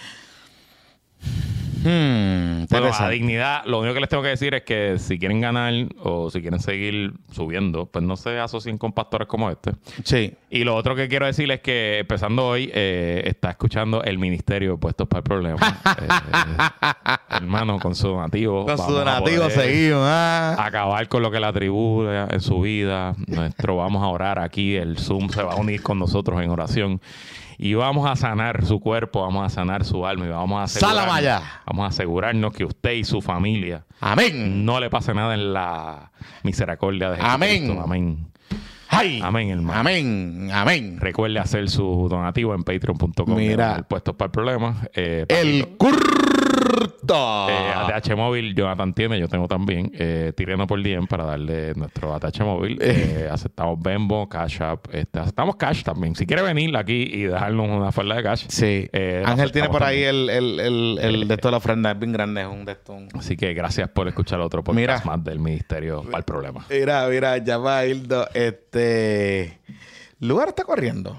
[SPEAKER 1] Bueno, a
[SPEAKER 2] Interesante.
[SPEAKER 1] Dignidad, lo único que les tengo que decir es que si quieren ganar o si quieren seguir subiendo, pues no se asocien con pastores como este.
[SPEAKER 2] Sí.
[SPEAKER 1] Y lo otro que quiero decirles es que empezando hoy está escuchando el Ministerio de Puestos para el Problema. Hermano, con su donativo.
[SPEAKER 2] Con su
[SPEAKER 1] vamos a
[SPEAKER 2] donativo
[SPEAKER 1] poder
[SPEAKER 2] seguimos.
[SPEAKER 1] acabar con lo que la atribuye en su vida. Vamos a orar aquí. El Zoom se va a unir con nosotros en oración. Y vamos a sanar su cuerpo, vamos a sanar su alma y vamos a asegurarnos que usted y su familia
[SPEAKER 2] Amén.
[SPEAKER 1] no le pase nada en la misericordia de Jesucristo. Amén.
[SPEAKER 2] ¡Ay!
[SPEAKER 1] Amén, hermano.
[SPEAKER 2] Amén.
[SPEAKER 1] Recuerde hacer su donativo en patreon.com.
[SPEAKER 2] Mira.
[SPEAKER 1] Puestos para el problema.
[SPEAKER 2] El curto.
[SPEAKER 1] ATH móvil, Jonathan tiene, yo tengo también. Tírenos por DM para darle nuestro ATH móvil. Aceptamos Venmo, Cash App. Aceptamos Cash también. Si quiere venir aquí y dejarnos una falda de cash.
[SPEAKER 2] Sí. Ángel tiene por ahí el de esto de la ofrenda. Es bien grande. Es un de esto.
[SPEAKER 1] Así que gracias por escuchar otro podcast más del Ministerio para el Problema.
[SPEAKER 2] Mira, ya va Hildo. Lugar está corriendo.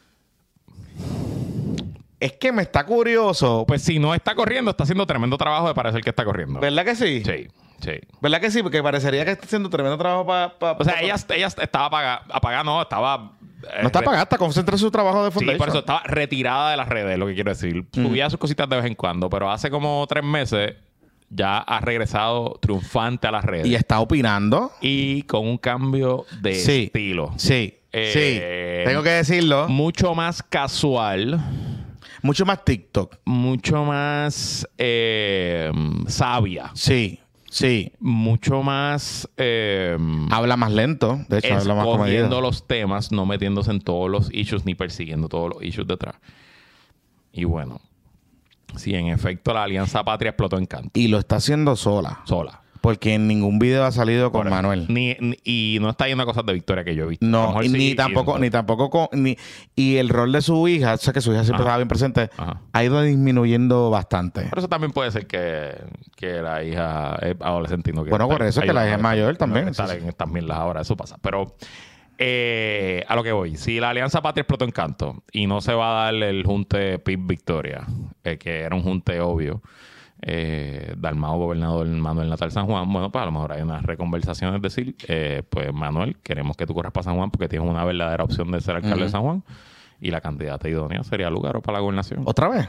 [SPEAKER 2] Es que me está curioso.
[SPEAKER 1] Pues si no está corriendo, está haciendo tremendo trabajo de parecer que está corriendo.
[SPEAKER 2] ¿Verdad que sí?
[SPEAKER 1] Sí.
[SPEAKER 2] ¿Verdad que sí? Porque parecería que está haciendo tremendo trabajo para...
[SPEAKER 1] O sea, ella estaba apagada, no, estaba...
[SPEAKER 2] no está apagada, está concentrada en su trabajo de
[SPEAKER 1] Sí,
[SPEAKER 2] foundation.
[SPEAKER 1] por eso estaba retirada de las redes, lo que quiero decir. Subía sus cositas de vez en cuando, pero hace como 3 meses ya ha regresado triunfante a las redes.
[SPEAKER 2] Y está opinando.
[SPEAKER 1] Y con un cambio de estilo.
[SPEAKER 2] Sí. Tengo que decirlo.
[SPEAKER 1] Mucho más casual.
[SPEAKER 2] Mucho más TikTok.
[SPEAKER 1] Mucho más sabia.
[SPEAKER 2] Sí.
[SPEAKER 1] Mucho más...
[SPEAKER 2] habla más lento. De hecho, habla más comedido.
[SPEAKER 1] Escogiendo los temas, no metiéndose en todos los issues ni persiguiendo todos los issues detrás. Y bueno, sí, en efecto, la Alianza Patria explotó en canto.
[SPEAKER 2] Y lo está haciendo sola. Porque en ningún video ha salido con Manuel.
[SPEAKER 1] Y no está yendo a cosas de Victoria que yo he visto.
[SPEAKER 2] No, ni tampoco con... y el rol de su hija, o sea, que su hija siempre estaba bien presente, ha ido disminuyendo bastante.
[SPEAKER 1] Por eso también puede ser que la hija es adolescente y no quiere
[SPEAKER 2] Bueno, por eso es que la hija es mayor también.
[SPEAKER 1] No estar en también las ahora, eso pasa. Pero a lo que voy, si la Alianza Patria explotó en canto y no se va a dar el junte PIB Victoria, que era un junte obvio, Dalmau, gobernador Manuel Natal San Juan, bueno, pues a lo mejor hay unas reconversaciones, es decir, pues Manuel, queremos que tú corras para San Juan porque tienes una verdadera opción de ser alcalde de San Juan y la candidata idónea sería Lugaro para la gobernación.
[SPEAKER 2] ¿Otra vez?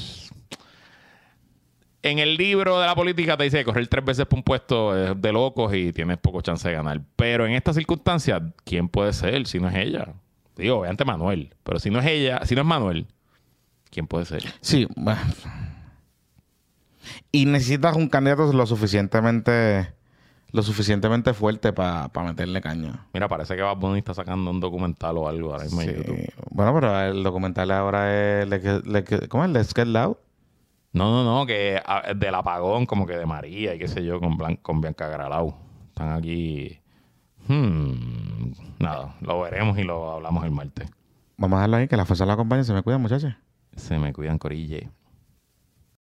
[SPEAKER 1] En el libro de la política te dice que correr 3 veces por un puesto es de locos y tienes poco chance de ganar. Pero en estas circunstancias, ¿quién puede ser si no es ella? Digo, obviamente Manuel. Pero si no es ella, si no es Manuel, ¿quién puede ser?
[SPEAKER 2] Sí, bueno. Y necesitas un candidato lo suficientemente fuerte para meterle caña.
[SPEAKER 1] Mira, parece que Bad Bunny está sacando un documental o algo ahora mismo en YouTube.
[SPEAKER 2] Bueno, pero el documental ahora es... ¿Cómo es? Let's Get Loud.
[SPEAKER 1] No, que del apagón, como que de María y qué sé yo, con Bianca Gralau. Están aquí. Nada, lo veremos y lo hablamos el martes.
[SPEAKER 2] Vamos a dejarlo ahí, que la fuerza la acompañe. Se me cuidan, muchachos.
[SPEAKER 1] Se me cuidan, Corille.